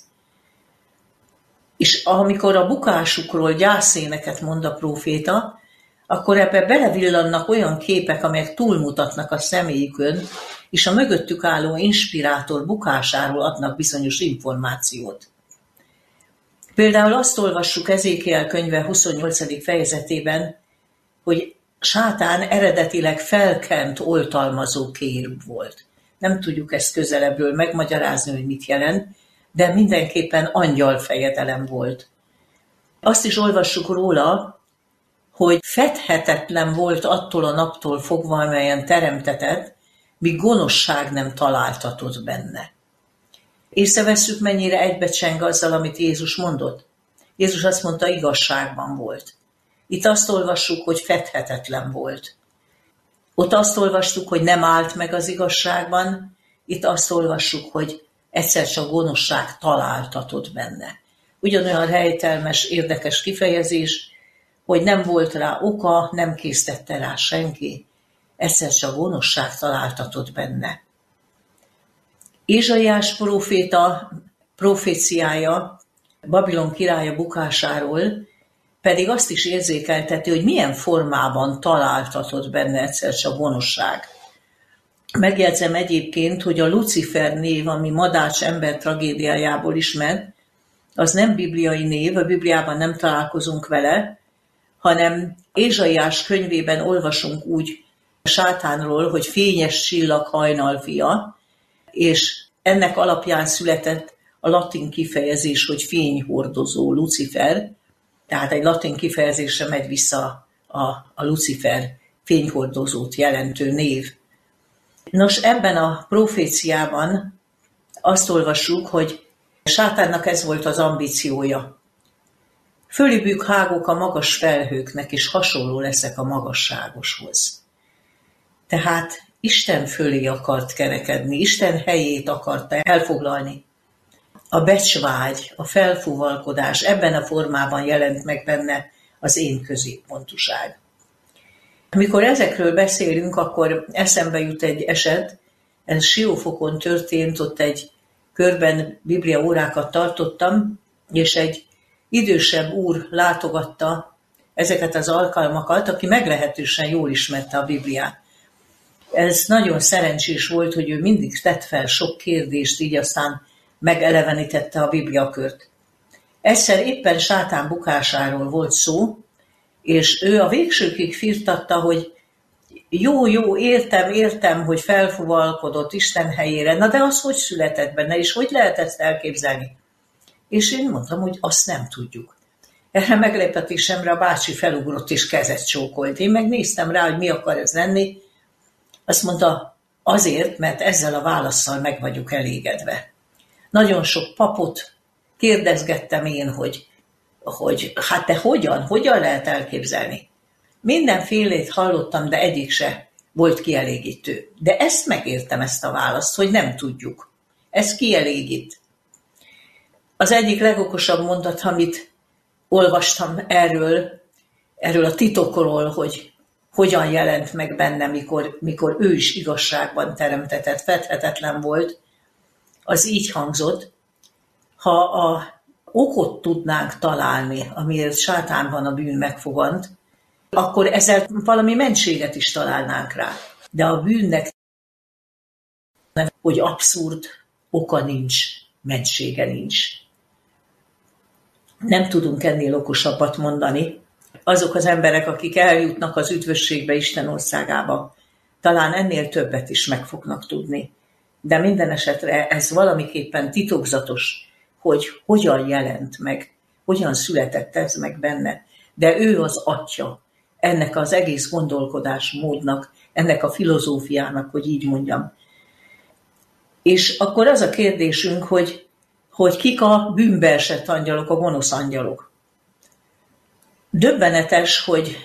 És amikor a bukásukról gyászéneket mond a próféta, akkor ebbe belevillannak olyan képek, amelyek túlmutatnak a személyükön, és a mögöttük álló inspirátor bukásáról adnak bizonyos információt. Például azt olvassuk Ezékiel könyve huszonnyolcadik fejezetében, hogy Sátán eredetileg felkent oltalmazó kérub volt. Nem tudjuk ezt közelebbről megmagyarázni, hogy mit jelent, de mindenképpen angyalfejedelem volt. Azt is olvassuk róla, hogy fedhetetlen volt attól a naptól fogva, amelyen teremtetett, míg gonoszság nem találtatott benne. Észrevesszük, mennyire egybecseng azzal, amit Jézus mondott. Jézus azt mondta, igazságban volt. Itt azt olvassuk, hogy fedhetetlen volt. Ott azt olvastuk, hogy nem állt meg az igazságban, itt azt olvassuk, hogy egyszer csak gonoszság találtatott benne. Ugyanolyan helytelmes, érdekes kifejezés, hogy nem volt rá oka, nem késztette rá senki, egyszer csak gonoszság találtatott benne. Ézsaiás próféta proféciája Babilon királya bukásáról pedig azt is érzékelteti, hogy milyen formában találtatott benne egyszer csak gonoszság. Megjegyzem egyébként, hogy a Lucifer név, ami Madács ember tragédiájából ismert, az nem bibliai név, a Bibliában nem találkozunk vele, hanem Ézsaiás könyvében olvasunk úgy Sátánról, hogy fényes csillag hajnalfia, és ennek alapján született a latin kifejezés, hogy fényhordozó Lucifer, tehát egy latin kifejezésre megy vissza a, a Lucifer fényhordozót jelentő név. Nos, ebben a proféciában azt olvassuk, hogy Sátánnak ez volt az ambíciója. Fölébük hágok a magas felhőknek, és hasonló leszek a magasságoshoz. Tehát Isten fölé akart kerekedni, Isten helyét akarta elfoglalni. A becsvágy, a felfúvalkodás ebben a formában jelent meg benne az én középpontúság. Amikor ezekről beszélünk, akkor eszembe jut egy eset, ez Siófokon történt, ott egy körben bibliaórákat tartottam, és egy idősebb úr látogatta ezeket az alkalmakat, aki meglehetősen jól ismerte a Bibliát. Ez nagyon szerencsés volt, hogy ő mindig tett fel sok kérdést, így aztán megelevenítette a bibliakört. Egyszer éppen Sátán bukásáról volt szó, és ő a végsőkig firtatta, hogy jó, jó, értem, értem, hogy felfuvalkodott Isten helyére, na de az hogy született benne, és hogy lehet ezt elképzelni? És én mondtam, hogy azt nem tudjuk. Erre meglepetésemre a bácsi felugrott és kezet csókolt. Én megnéztem rá, hogy mi akar ez lenni. Azt mondta, azért, mert ezzel a válasszal meg vagyok elégedve. Nagyon sok papot kérdezgettem én, hogy, hogy hát te hogyan, hogyan lehet elképzelni? Mindenfélét hallottam, de egyik se volt kielégítő. De ezt megértem, ezt a választ, hogy nem tudjuk. Ez kielégít. Az egyik legokosabb mondat, amit olvastam erről, erről a titokról, hogy hogyan jelent meg benne, mikor, mikor ő is igazságban teremtetett, fedhetetlen volt, az így hangzott, ha a okot tudnánk találni, amiért Sátánban a bűn megfogant, akkor ezzel valami mentséget is találnánk rá. De a bűnnek, hogy abszurd oka nincs, mentsége nincs. Nem tudunk ennél okosabbat mondani. Azok az emberek, akik eljutnak az üdvösségbe, Isten országába, talán ennél többet is meg fognak tudni. De minden esetre ez valamiképpen titokzatos, hogy hogyan jelent meg, hogyan született ez meg benne. De ő az Atya. ennek az egész gondolkodásmódnak, ennek a filozófiának, hogy így mondjam. És akkor az a kérdésünk, hogy, hogy kik a bűnbe esett angyalok, a gonosz angyalok. Döbbenetes, hogy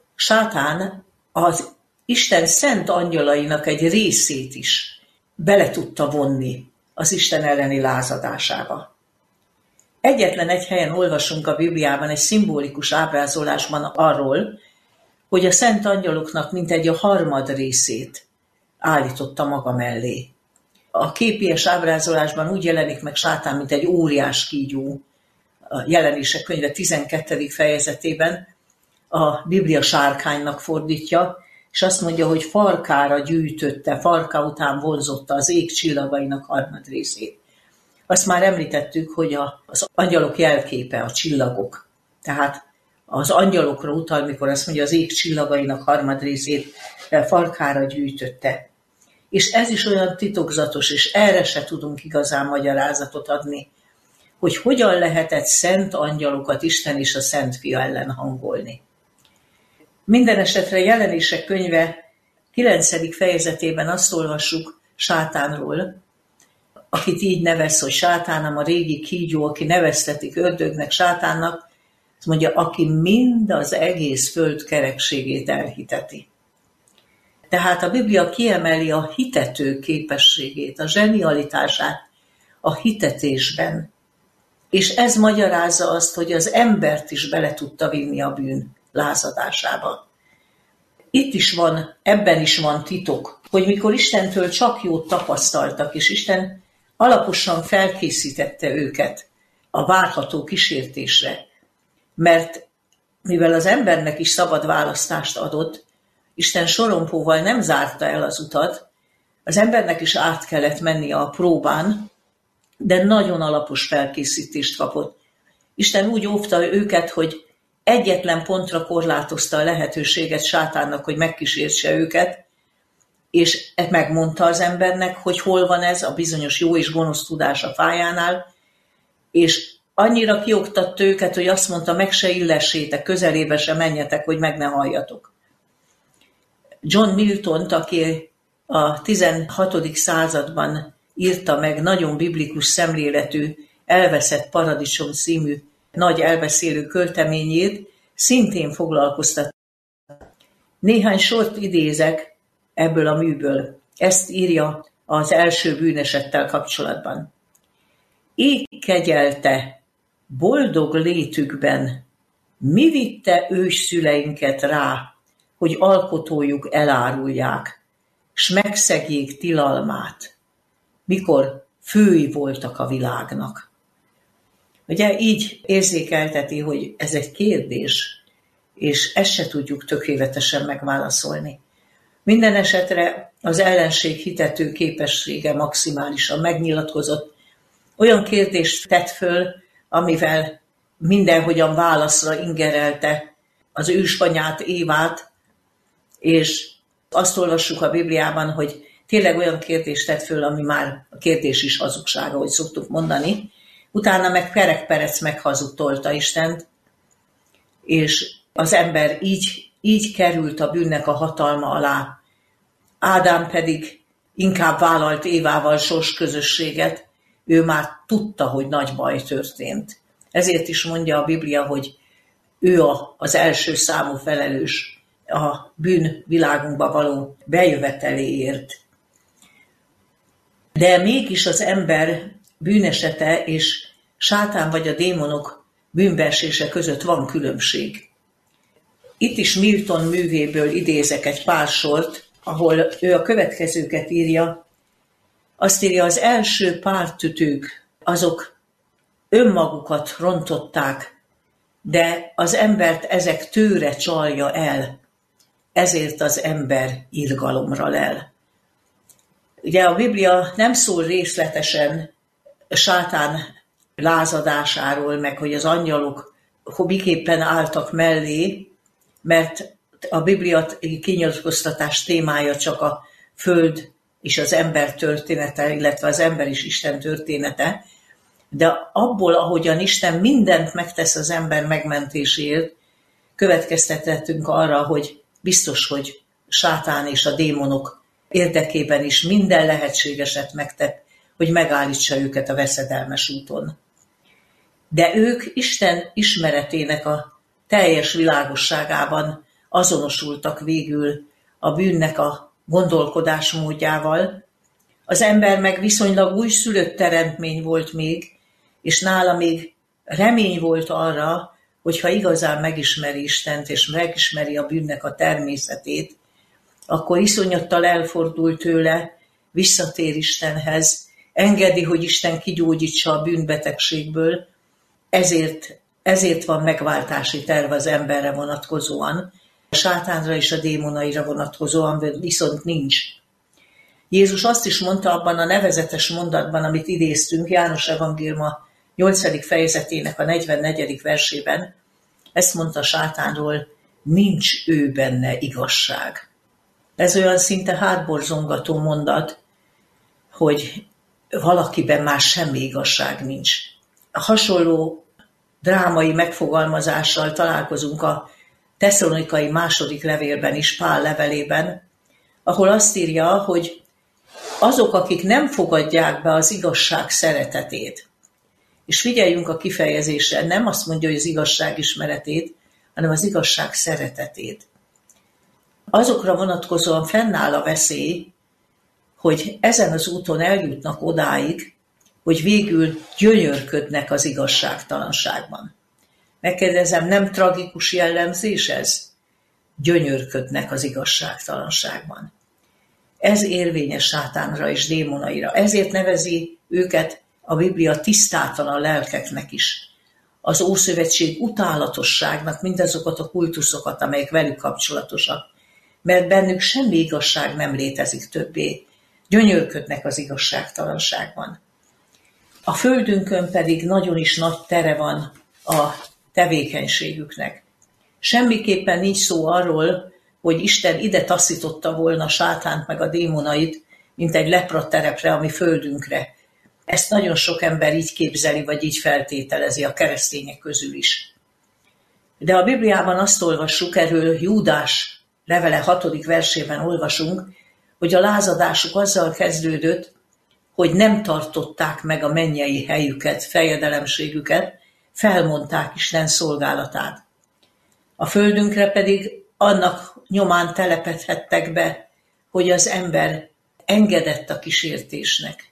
sátán az Isten szent angyalainak egy részét is bele tudta vonni az Isten elleni lázadásába. Egyetlen egy helyen olvasunk a Bibliában egy szimbolikus ábrázolásban arról, hogy a szent angyaloknak mintegy a harmad részét állította maga mellé. A képies ábrázolásban úgy jelenik meg sátán, mint egy óriás kígyó. A Jelenések könyve tizenkettedik fejezetében a Biblia sárkánynak fordítja, és azt mondja, hogy farkára gyűjtötte, farka után vonzotta az ég csillagainak harmad részét. Azt már említettük, hogy az angyalok jelképe, a csillagok. Tehát az angyalokra utal, mikor azt mondja, az ég csillagainak harmad részét farkára gyűjtötte. És ez is olyan titokzatos, és erre se tudunk igazán magyarázatot adni, hogy hogyan lehetett szent angyalokat Isten és a Szent Fia ellen hangolni. Minden esetre Jelenések könyve kilencedik fejezetében azt olvassuk sátánról, akit így nevez, hogy sátánam, a régi kígyó, aki neveztetik ördögnek, sátánnak, azt mondja, aki mind az egész föld kerekségét elhiteti. Tehát a Biblia kiemeli a hitető képességét, a zsenialitását a hitetésben. És ez magyarázza azt, hogy az embert is bele tudta vinni a bűn lázadásába. Itt is van, ebben is van titok, hogy mikor Istentől csak jót tapasztaltak, és Isten alaposan felkészítette őket a várható kísértésre, mert mivel az embernek is szabad választást adott, Isten sorompóval nem zárta el az utat, az embernek is át kellett mennie a próbán, de nagyon alapos felkészítést kapott. Isten úgy óvta őket, hogy egyetlen pontra korlátozta a lehetőséget sátánnak, hogy megkísértse őket, és megmondta az embernek, hogy hol van ez a bizonyos jó és gonosz tudás a fájánál, és annyira kioktatta őket, hogy azt mondta, meg se illessétek, közelébe se menjetek, hogy meg ne halljatok. John Miltont, aki a tizenhatodik században írta meg nagyon biblikus szemléletű Elveszett paradicsom című nagy elbeszélő költeményét, szintén foglalkoztat. Néhány sort idézek ebből a műből. Ezt írja az első bűnesettel kapcsolatban. Ég kegyelte, boldog létükben, mi vitte ősszüleinket rá, hogy alkotójuk elárulják, s megszegjék tilalmát, mikor fői voltak a világnak. Ugye így érzékelteti, hogy ez egy kérdés, és ezt se tudjuk tökéletesen megválaszolni. Minden esetre az ellenség hitető képessége maximálisan megnyilatkozott. Olyan kérdést tett föl, amivel mindenhogyan válaszra ingerelte az ősanyát, Évát, és azt olvassuk a Bibliában, hogy tényleg olyan kérdést tett föl, ami már a kérdés is hazugsága, hogy szoktuk mondani. Utána meg perek-perec meghazudtolta Istent, és az ember így, így került a bűnnek a hatalma alá. Ádám pedig inkább vállalt Évával sorsközösséget, ő már tudta, hogy nagy baj történt. Ezért is mondja a Biblia, hogy ő az első számú felelős a bűn világunkba való bejöveteléért. De mégis az ember bűnesete és sátán vagy a démonok bűnbeesése között van különbség. Itt is Milton művéből idézek egy pár sort, ahol ő a következőket írja. Azt írja, az első pártütők, azok önmagukat rontották, de az embert ezek tőre csalja el, ezért az ember irgalomra lel. Ugye a Biblia nem szól részletesen sátán lázadásáról, meg hogy az angyalok miképpen álltak mellé, mert a Biblia kinyilatkoztatás témája csak a föld és az ember története, illetve az ember és Isten története, de abból, ahogyan Isten mindent megtesz az ember megmentéséért, következtethetünk arra, hogy biztos, hogy sátán és a démonok érdekében is minden lehetségeset megtett, hogy megállítsa őket a veszedelmes úton. De ők Isten ismeretének a teljes világosságában azonosultak végül a bűnnek a gondolkodásmódjával. Az ember meg viszonylag újszülött teremtmény volt még, és nála még remény volt arra, hogy ha igazán megismeri Istent, és megismeri a bűnnek a természetét, akkor iszonyattal elfordul tőle, visszatér Istenhez, engedi, hogy Isten kigyógyítsa a bűnbetegségből, ezért, ezért van megváltási terv az emberre vonatkozóan, a sátánra és a démonaira vonatkozóan viszont nincs. Jézus azt is mondta abban a nevezetes mondatban, amit idéztünk, János evangéliuma nyolcadik fejezetének a negyvennegyedik versében, ezt mondta sátánról, nincs ő benne igazság. Ez olyan szinte hátborzongató mondat, hogy valakiben már semmi igazság nincs. A hasonló drámai megfogalmazással találkozunk a Tesszalonikai második levélben is, Pál levelében, ahol azt írja, hogy azok, akik nem fogadják be az igazság szeretetét, és figyeljünk a kifejezésre, nem azt mondja, hogy az igazság ismeretét, hanem az igazság szeretetét. Azokra vonatkozóan fennáll a veszély, hogy ezen az úton eljutnak odáig, hogy végül gyönyörködnek az igazságtalanságban. Megkérdezem, nem tragikus jellemzés ez? Gyönyörködnek az igazságtalanságban. Ez érvényes sátánra és démonaira. Ezért nevezi őket a Biblia tisztátalan lelkeknek is. Az Ószövetség utálatosságnak mindazokat a kultuszokat, amelyek velük kapcsolatosak. Mert bennük semmi igazság nem létezik többé. Gyönyörködnek az igazságtalanságban. A földünkön pedig nagyon is nagy tere van a tevékenységüknek. Semmiképpen nincs szó arról, hogy Isten ide taszította volna sátánt meg a démonait, mint egy lepraterepre, ami földünkre. Ezt nagyon sok ember így képzeli, vagy így feltételezi a keresztények közül is. De a Bibliában azt olvassuk, erről Júdás levele hatodik versében olvasunk, hogy a lázadásuk azzal kezdődött, hogy nem tartották meg a mennyei helyüket, fejedelemségüket, felmondták Isten szolgálatát. A földünkre pedig annak nyomán telepedhettek be, hogy az ember engedett a kísértésnek.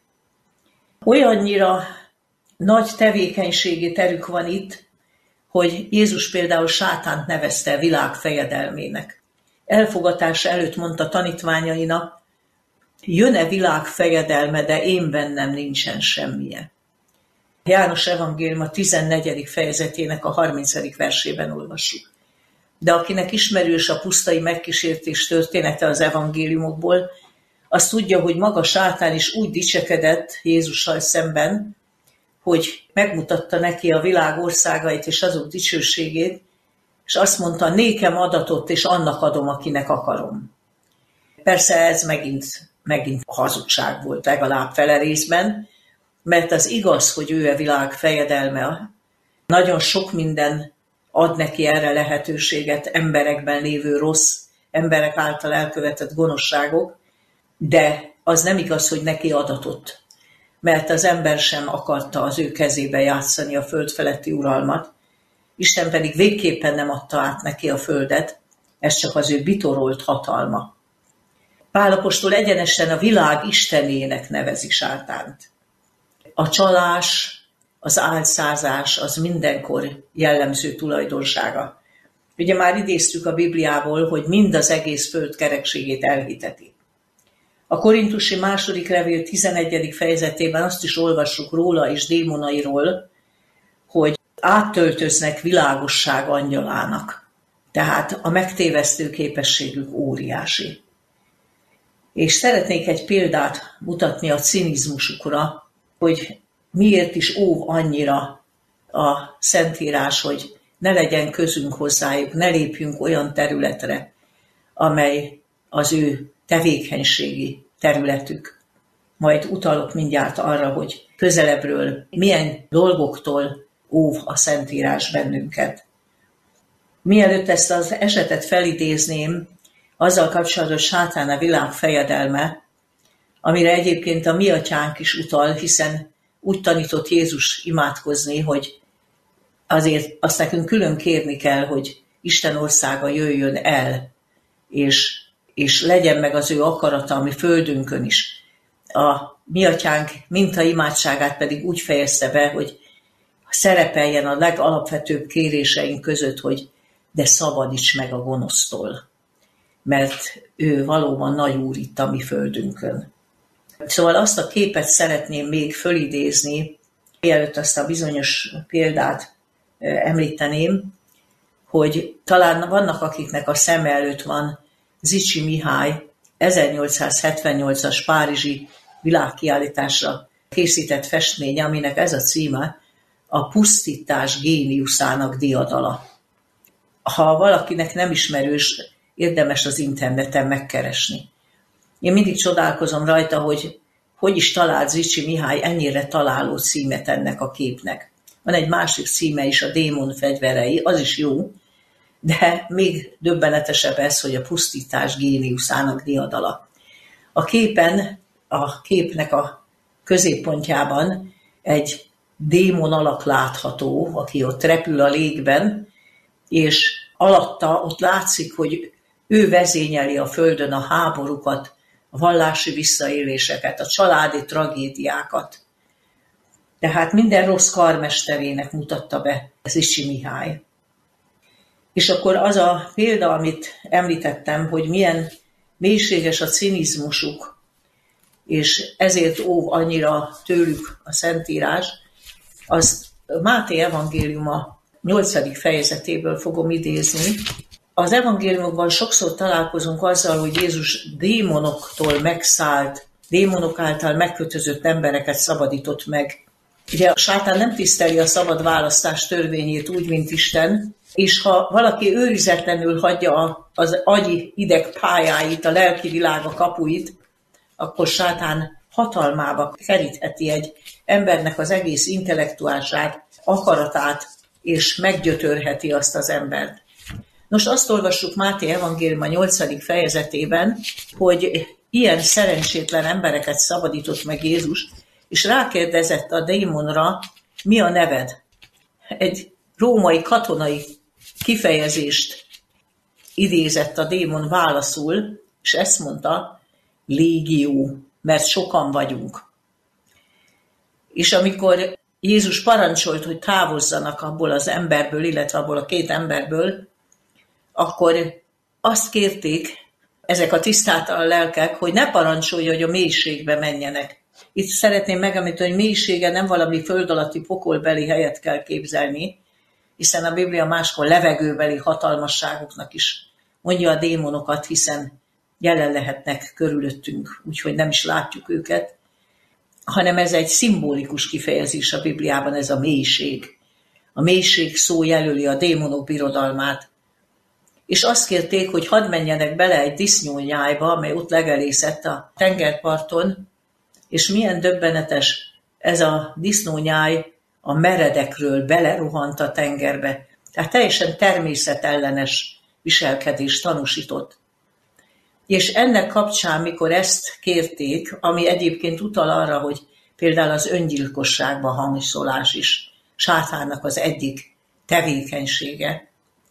Olyannyira nagy tevékenységi terük van itt, hogy Jézus például sátánt nevezte a világ fejedelmének. Elfogatása előtt mondta tanítványainak, jön-e világ fejedelme, de én bennem nincsen semmije. János evangéliuma tizennegyedik fejezetének a harmincadik versében olvassuk. De akinek ismerős a pusztai megkísértés története az evangéliumokból, az tudja, hogy maga sátán is úgy dicsekedett Jézussal szemben, hogy megmutatta neki a világ országait és azok dicsőségét, és azt mondta, nékem adatot, és annak adom, akinek akarom. Persze ez megint, megint hazugság volt, legalább fele részben, mert az igaz, hogy ő a világ fejedelme. Nagyon sok minden ad neki erre lehetőséget, emberekben lévő rossz, emberek által elkövetett gonoszságok, de az nem igaz, hogy neki adatot, mert az ember sem akarta az ő kezébe játszani a föld feletti uralmat, Isten pedig végképpen nem adta át neki a földet, ez csak az ő bitorolt hatalma. Pál apostol egyenesen a világ istenének nevezi sátánt. A csalás, az álcázás az mindenkor jellemző tulajdonsága. Ugye már idéztük a Bibliából, hogy mind az egész föld kerekségét elhiteti. A Korintusi második levél tizenegyedik fejezetében azt is olvassuk róla és démonairól, hogy áttöltöznek világosság angyalának. Tehát a megtévesztő képességük óriási. És szeretnék egy példát mutatni a cinizmusukra, hogy miért is óv annyira a Szentírás, hogy ne legyen közünk hozzájuk, ne lépjünk olyan területre, amely az ő tevékenységi területük. Majd utalok mindjárt arra, hogy közelebbről milyen dolgoktól óv a Szentírás bennünket. Mielőtt ezt az esetet felidézném, azzal kapcsolatban sátán a világ fejedelme, amire egyébként a mi atyánk is utal, hiszen úgy tanított Jézus imádkozni, hogy azért azt nekünk külön kérni kell, hogy Isten országa jöjjön el, és, és legyen meg az ő akarata, ami földünkön is. A mi atyánk minta imádságát pedig úgy fejezte be, hogy szerepeljen a legalapvetőbb kéréseink között, hogy de szabadíts meg a gonosztól, mert ő valóban nagy úr itt a mi földünkön. Szóval azt a képet szeretném még fölidézni, mielőtt azt a bizonyos példát említeném, hogy talán vannak, akiknek a szeme előtt van Zichy Mihály ezernyolcszázhetvennyolcas párizsi világkiállításra készített festménye, aminek ez a címe, a pusztítás géniuszának diadala. Ha valakinek nem ismerős, érdemes az interneten megkeresni. Én mindig csodálkozom rajta, hogy hogy is talált Zichy Mihály ennyire találó címet ennek a képnek. Van egy másik címe is, a Démon fegyverei, az is jó, de még döbbenetesebb ez, hogy a pusztítás géniuszának diadala. A képen, a képnek a középpontjában egy démon alak látható, aki ott repül a légben, és alatta ott látszik, hogy ő vezényeli a földön a háborúkat, a vallási visszaéléseket, a családi tragédiákat. Tehát minden rossz karmesterének mutatta be Zichy Mihály. És akkor az a példa, amit említettem, hogy milyen mélységes a cinizmusuk, és ezért óv annyira tőlük a Szentírás, az Máté evangéliuma nyolcadik fejezetéből fogom idézni. Az evangéliumokban sokszor találkozunk azzal, hogy Jézus démonoktól megszállt, démonok által megkötözött embereket szabadított meg. Ugye a sátán nem tiszteli a szabad választás törvényét úgy, mint Isten, és ha valaki őrizetlenül hagyja az agyi ideg pályáit, a lelki világa kapuit, akkor sátán hatalmába kerítheti egy embernek az egész intellektuását, akaratát, és meggyötörheti azt az embert. Nos, azt olvassuk Máté evangélium a nyolcadik fejezetében, hogy ilyen szerencsétlen embereket szabadított meg Jézus, és rákérdezett a démonra, mi a neved? Egy római katonai kifejezést idézett a démon válaszul, és ezt mondta, légió, mert sokan vagyunk. És amikor Jézus parancsolt, hogy távozzanak abból az emberből, illetve abból a két emberből, akkor azt kérték ezek a tisztátalan lelkek, hogy ne parancsolja, hogy a mélységbe menjenek. Itt szeretném megemlíteni, hogy mélysége nem valami föld alatti pokolbeli helyet kell képzelni, hiszen a Biblia máskor levegőbeli hatalmasságoknak is mondja a démonokat, hiszen jelen lehetnek körülöttünk, úgyhogy nem is látjuk őket, hanem ez egy szimbolikus kifejezés a Bibliában, ez a mélység. A mélység szó jelöli a démonok birodalmát. És azt kérték, hogy hadd menjenek bele egy disznónyájba, amely ott legelészett a tengerparton, és milyen döbbenetes, ez a disznónyáj a meredekről belerohant a tengerbe. Tehát teljesen természetellenes viselkedést tanúsított. És ennek kapcsán, mikor ezt kérték, ami egyébként utal arra, hogy például az öngyilkosságban hangszólás is sátánnak az egyik tevékenysége.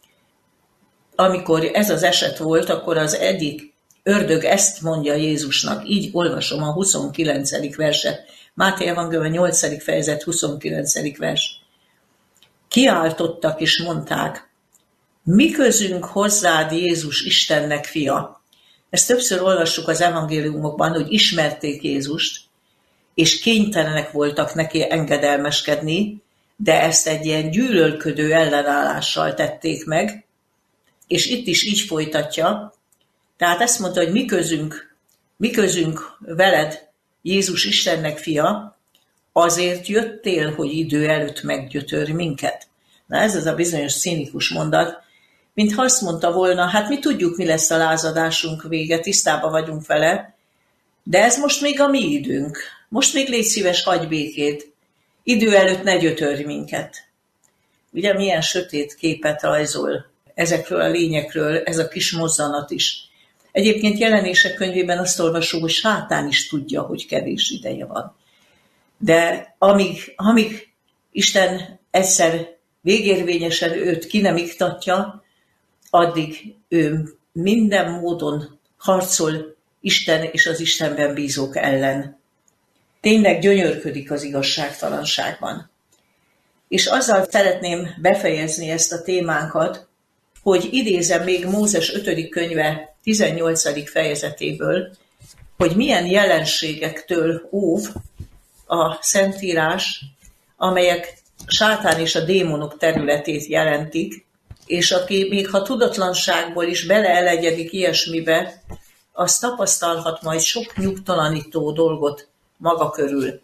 Amikor ez az eset volt, akkor az egyik ördög ezt mondja Jézusnak, így olvasom a huszonkilencedik verset, Máté evangélium nyolcadik fejezet huszonkilencedik vers. Kiáltottak és mondták, mi közünk hozzád, Jézus, Istennek fia? Ezt többször olvassuk az evangéliumokban, hogy ismerték Jézust, és kénytelenek voltak neki engedelmeskedni, de ezt egy ilyen gyűlölködő ellenállással tették meg, és itt is így folytatja. Tehát ezt mondta, hogy mi közünk, mi közünk veled, Jézus Istennek fia, azért jöttél, hogy idő előtt meggyötörj minket. Na ez az a bizonyos cínikus mondat, mintha azt mondta volna, hát mi tudjuk, mi lesz a lázadásunk vége, tisztában vagyunk vele, de ez most még a mi időnk. Most még légy szíves, hagyj békét. Idő előtt ne gyötörj minket. Ugye milyen sötét képet rajzol ezekről a lényekről, ez a kis mozzanat is. Egyébként Jelenések könyvében azt olvasó, hogy sátán is tudja, hogy kevés ideje van. De amíg, amíg Isten egyszer végérvényesen őt ki nem iktatja, addig ő minden módon harcol Isten és az Istenben bízók ellen. Tényleg gyönyörködik az igazságtalanságban. És azzal szeretném befejezni ezt a témánkat, hogy idézem még Mózes ötödik könyve tizennyolcadik fejezetéből, hogy milyen jelenségektől óv a Szentírás, amelyek sátán és a démonok területét jelentik, és aki még ha tudatlanságból is beleelegyedik ilyesmibe, az tapasztalhat majd sok nyugtalanító dolgot maga körül.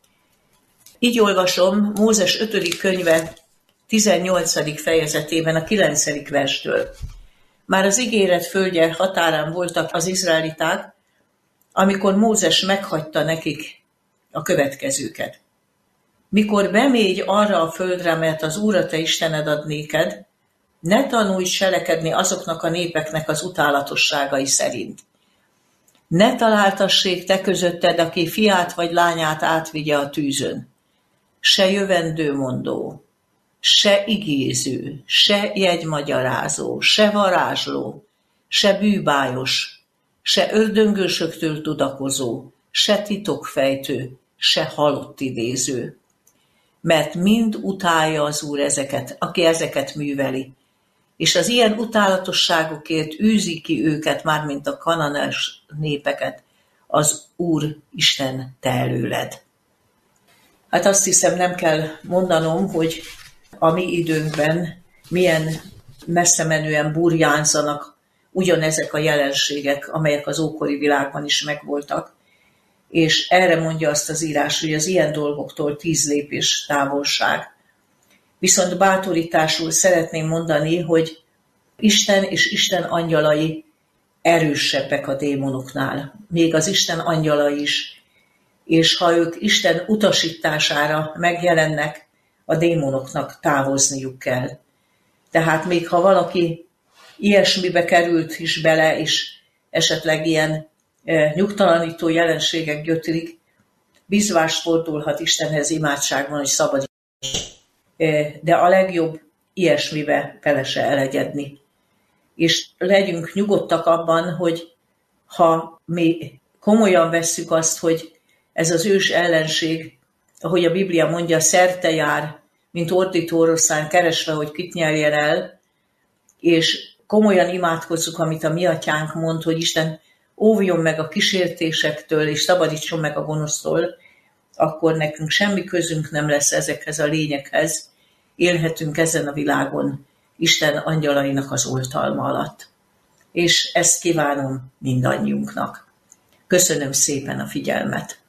Így olvasom Mózes ötödik könyve tizennyolcadik fejezetében a kilencedik verstől. Már az ígéret földje határán voltak az izraeliták, amikor Mózes meghagyta nekik a következőket. Mikor bemégy arra a földre, mert az Úr a te Istened ad néked, ne tanulj cselekedni azoknak a népeknek az utálatosságai szerint. Ne találtassék te közötted, aki fiát vagy lányát átvigye a tűzön. Se jövendőmondó, se igéző, se jegymagyarázó, se varázsló, se bűbájos, se ördöngősöktől tudakozó, se titokfejtő, se halott idéző. Mert mind utálja az Úr ezeket, aki ezeket műveli, és az ilyen utálatosságokért űzi ki őket, mármint a kananeus népeket, az Úr Isten te előled. Hát azt hiszem, nem kell mondanom, hogy a mi időnkben milyen messzemenően burjánzanak ugyanezek a jelenségek, amelyek az ókori világban is megvoltak, és erre mondja azt az írás, hogy az ilyen dolgoktól tíz lépés távolság. Viszont bátorításul szeretném mondani, hogy Isten és Isten angyalai erősebbek a démonoknál, még az Isten angyalai is, és ha ők Isten utasítására megjelennek, a démonoknak távozniuk kell. Tehát még ha valaki ilyesmibe került is bele, és esetleg ilyen e, nyugtalanító jelenségek gyötrik, bizvást fordulhat Istenhez imádságban, hogy szabadítson. E, de a legjobb ilyesmibe bele se elegyedni. És legyünk nyugodtak abban, hogy ha mi komolyan vesszük azt, hogy ez az ős ellenség, ahogy a Biblia mondja, szerte jár, mint ordító oroszlán keresve, hogy kit nyerjen el, és komolyan imádkozzuk, amit a mi atyánk mond, hogy Isten óvjon meg a kísértésektől, és szabadítson meg a gonosztól, akkor nekünk semmi közünk nem lesz ezekhez a lényekhez. Élhetünk ezen a világon Isten angyalainak az oltalma alatt. És ezt kívánom mindannyiunknak. Köszönöm szépen a figyelmet!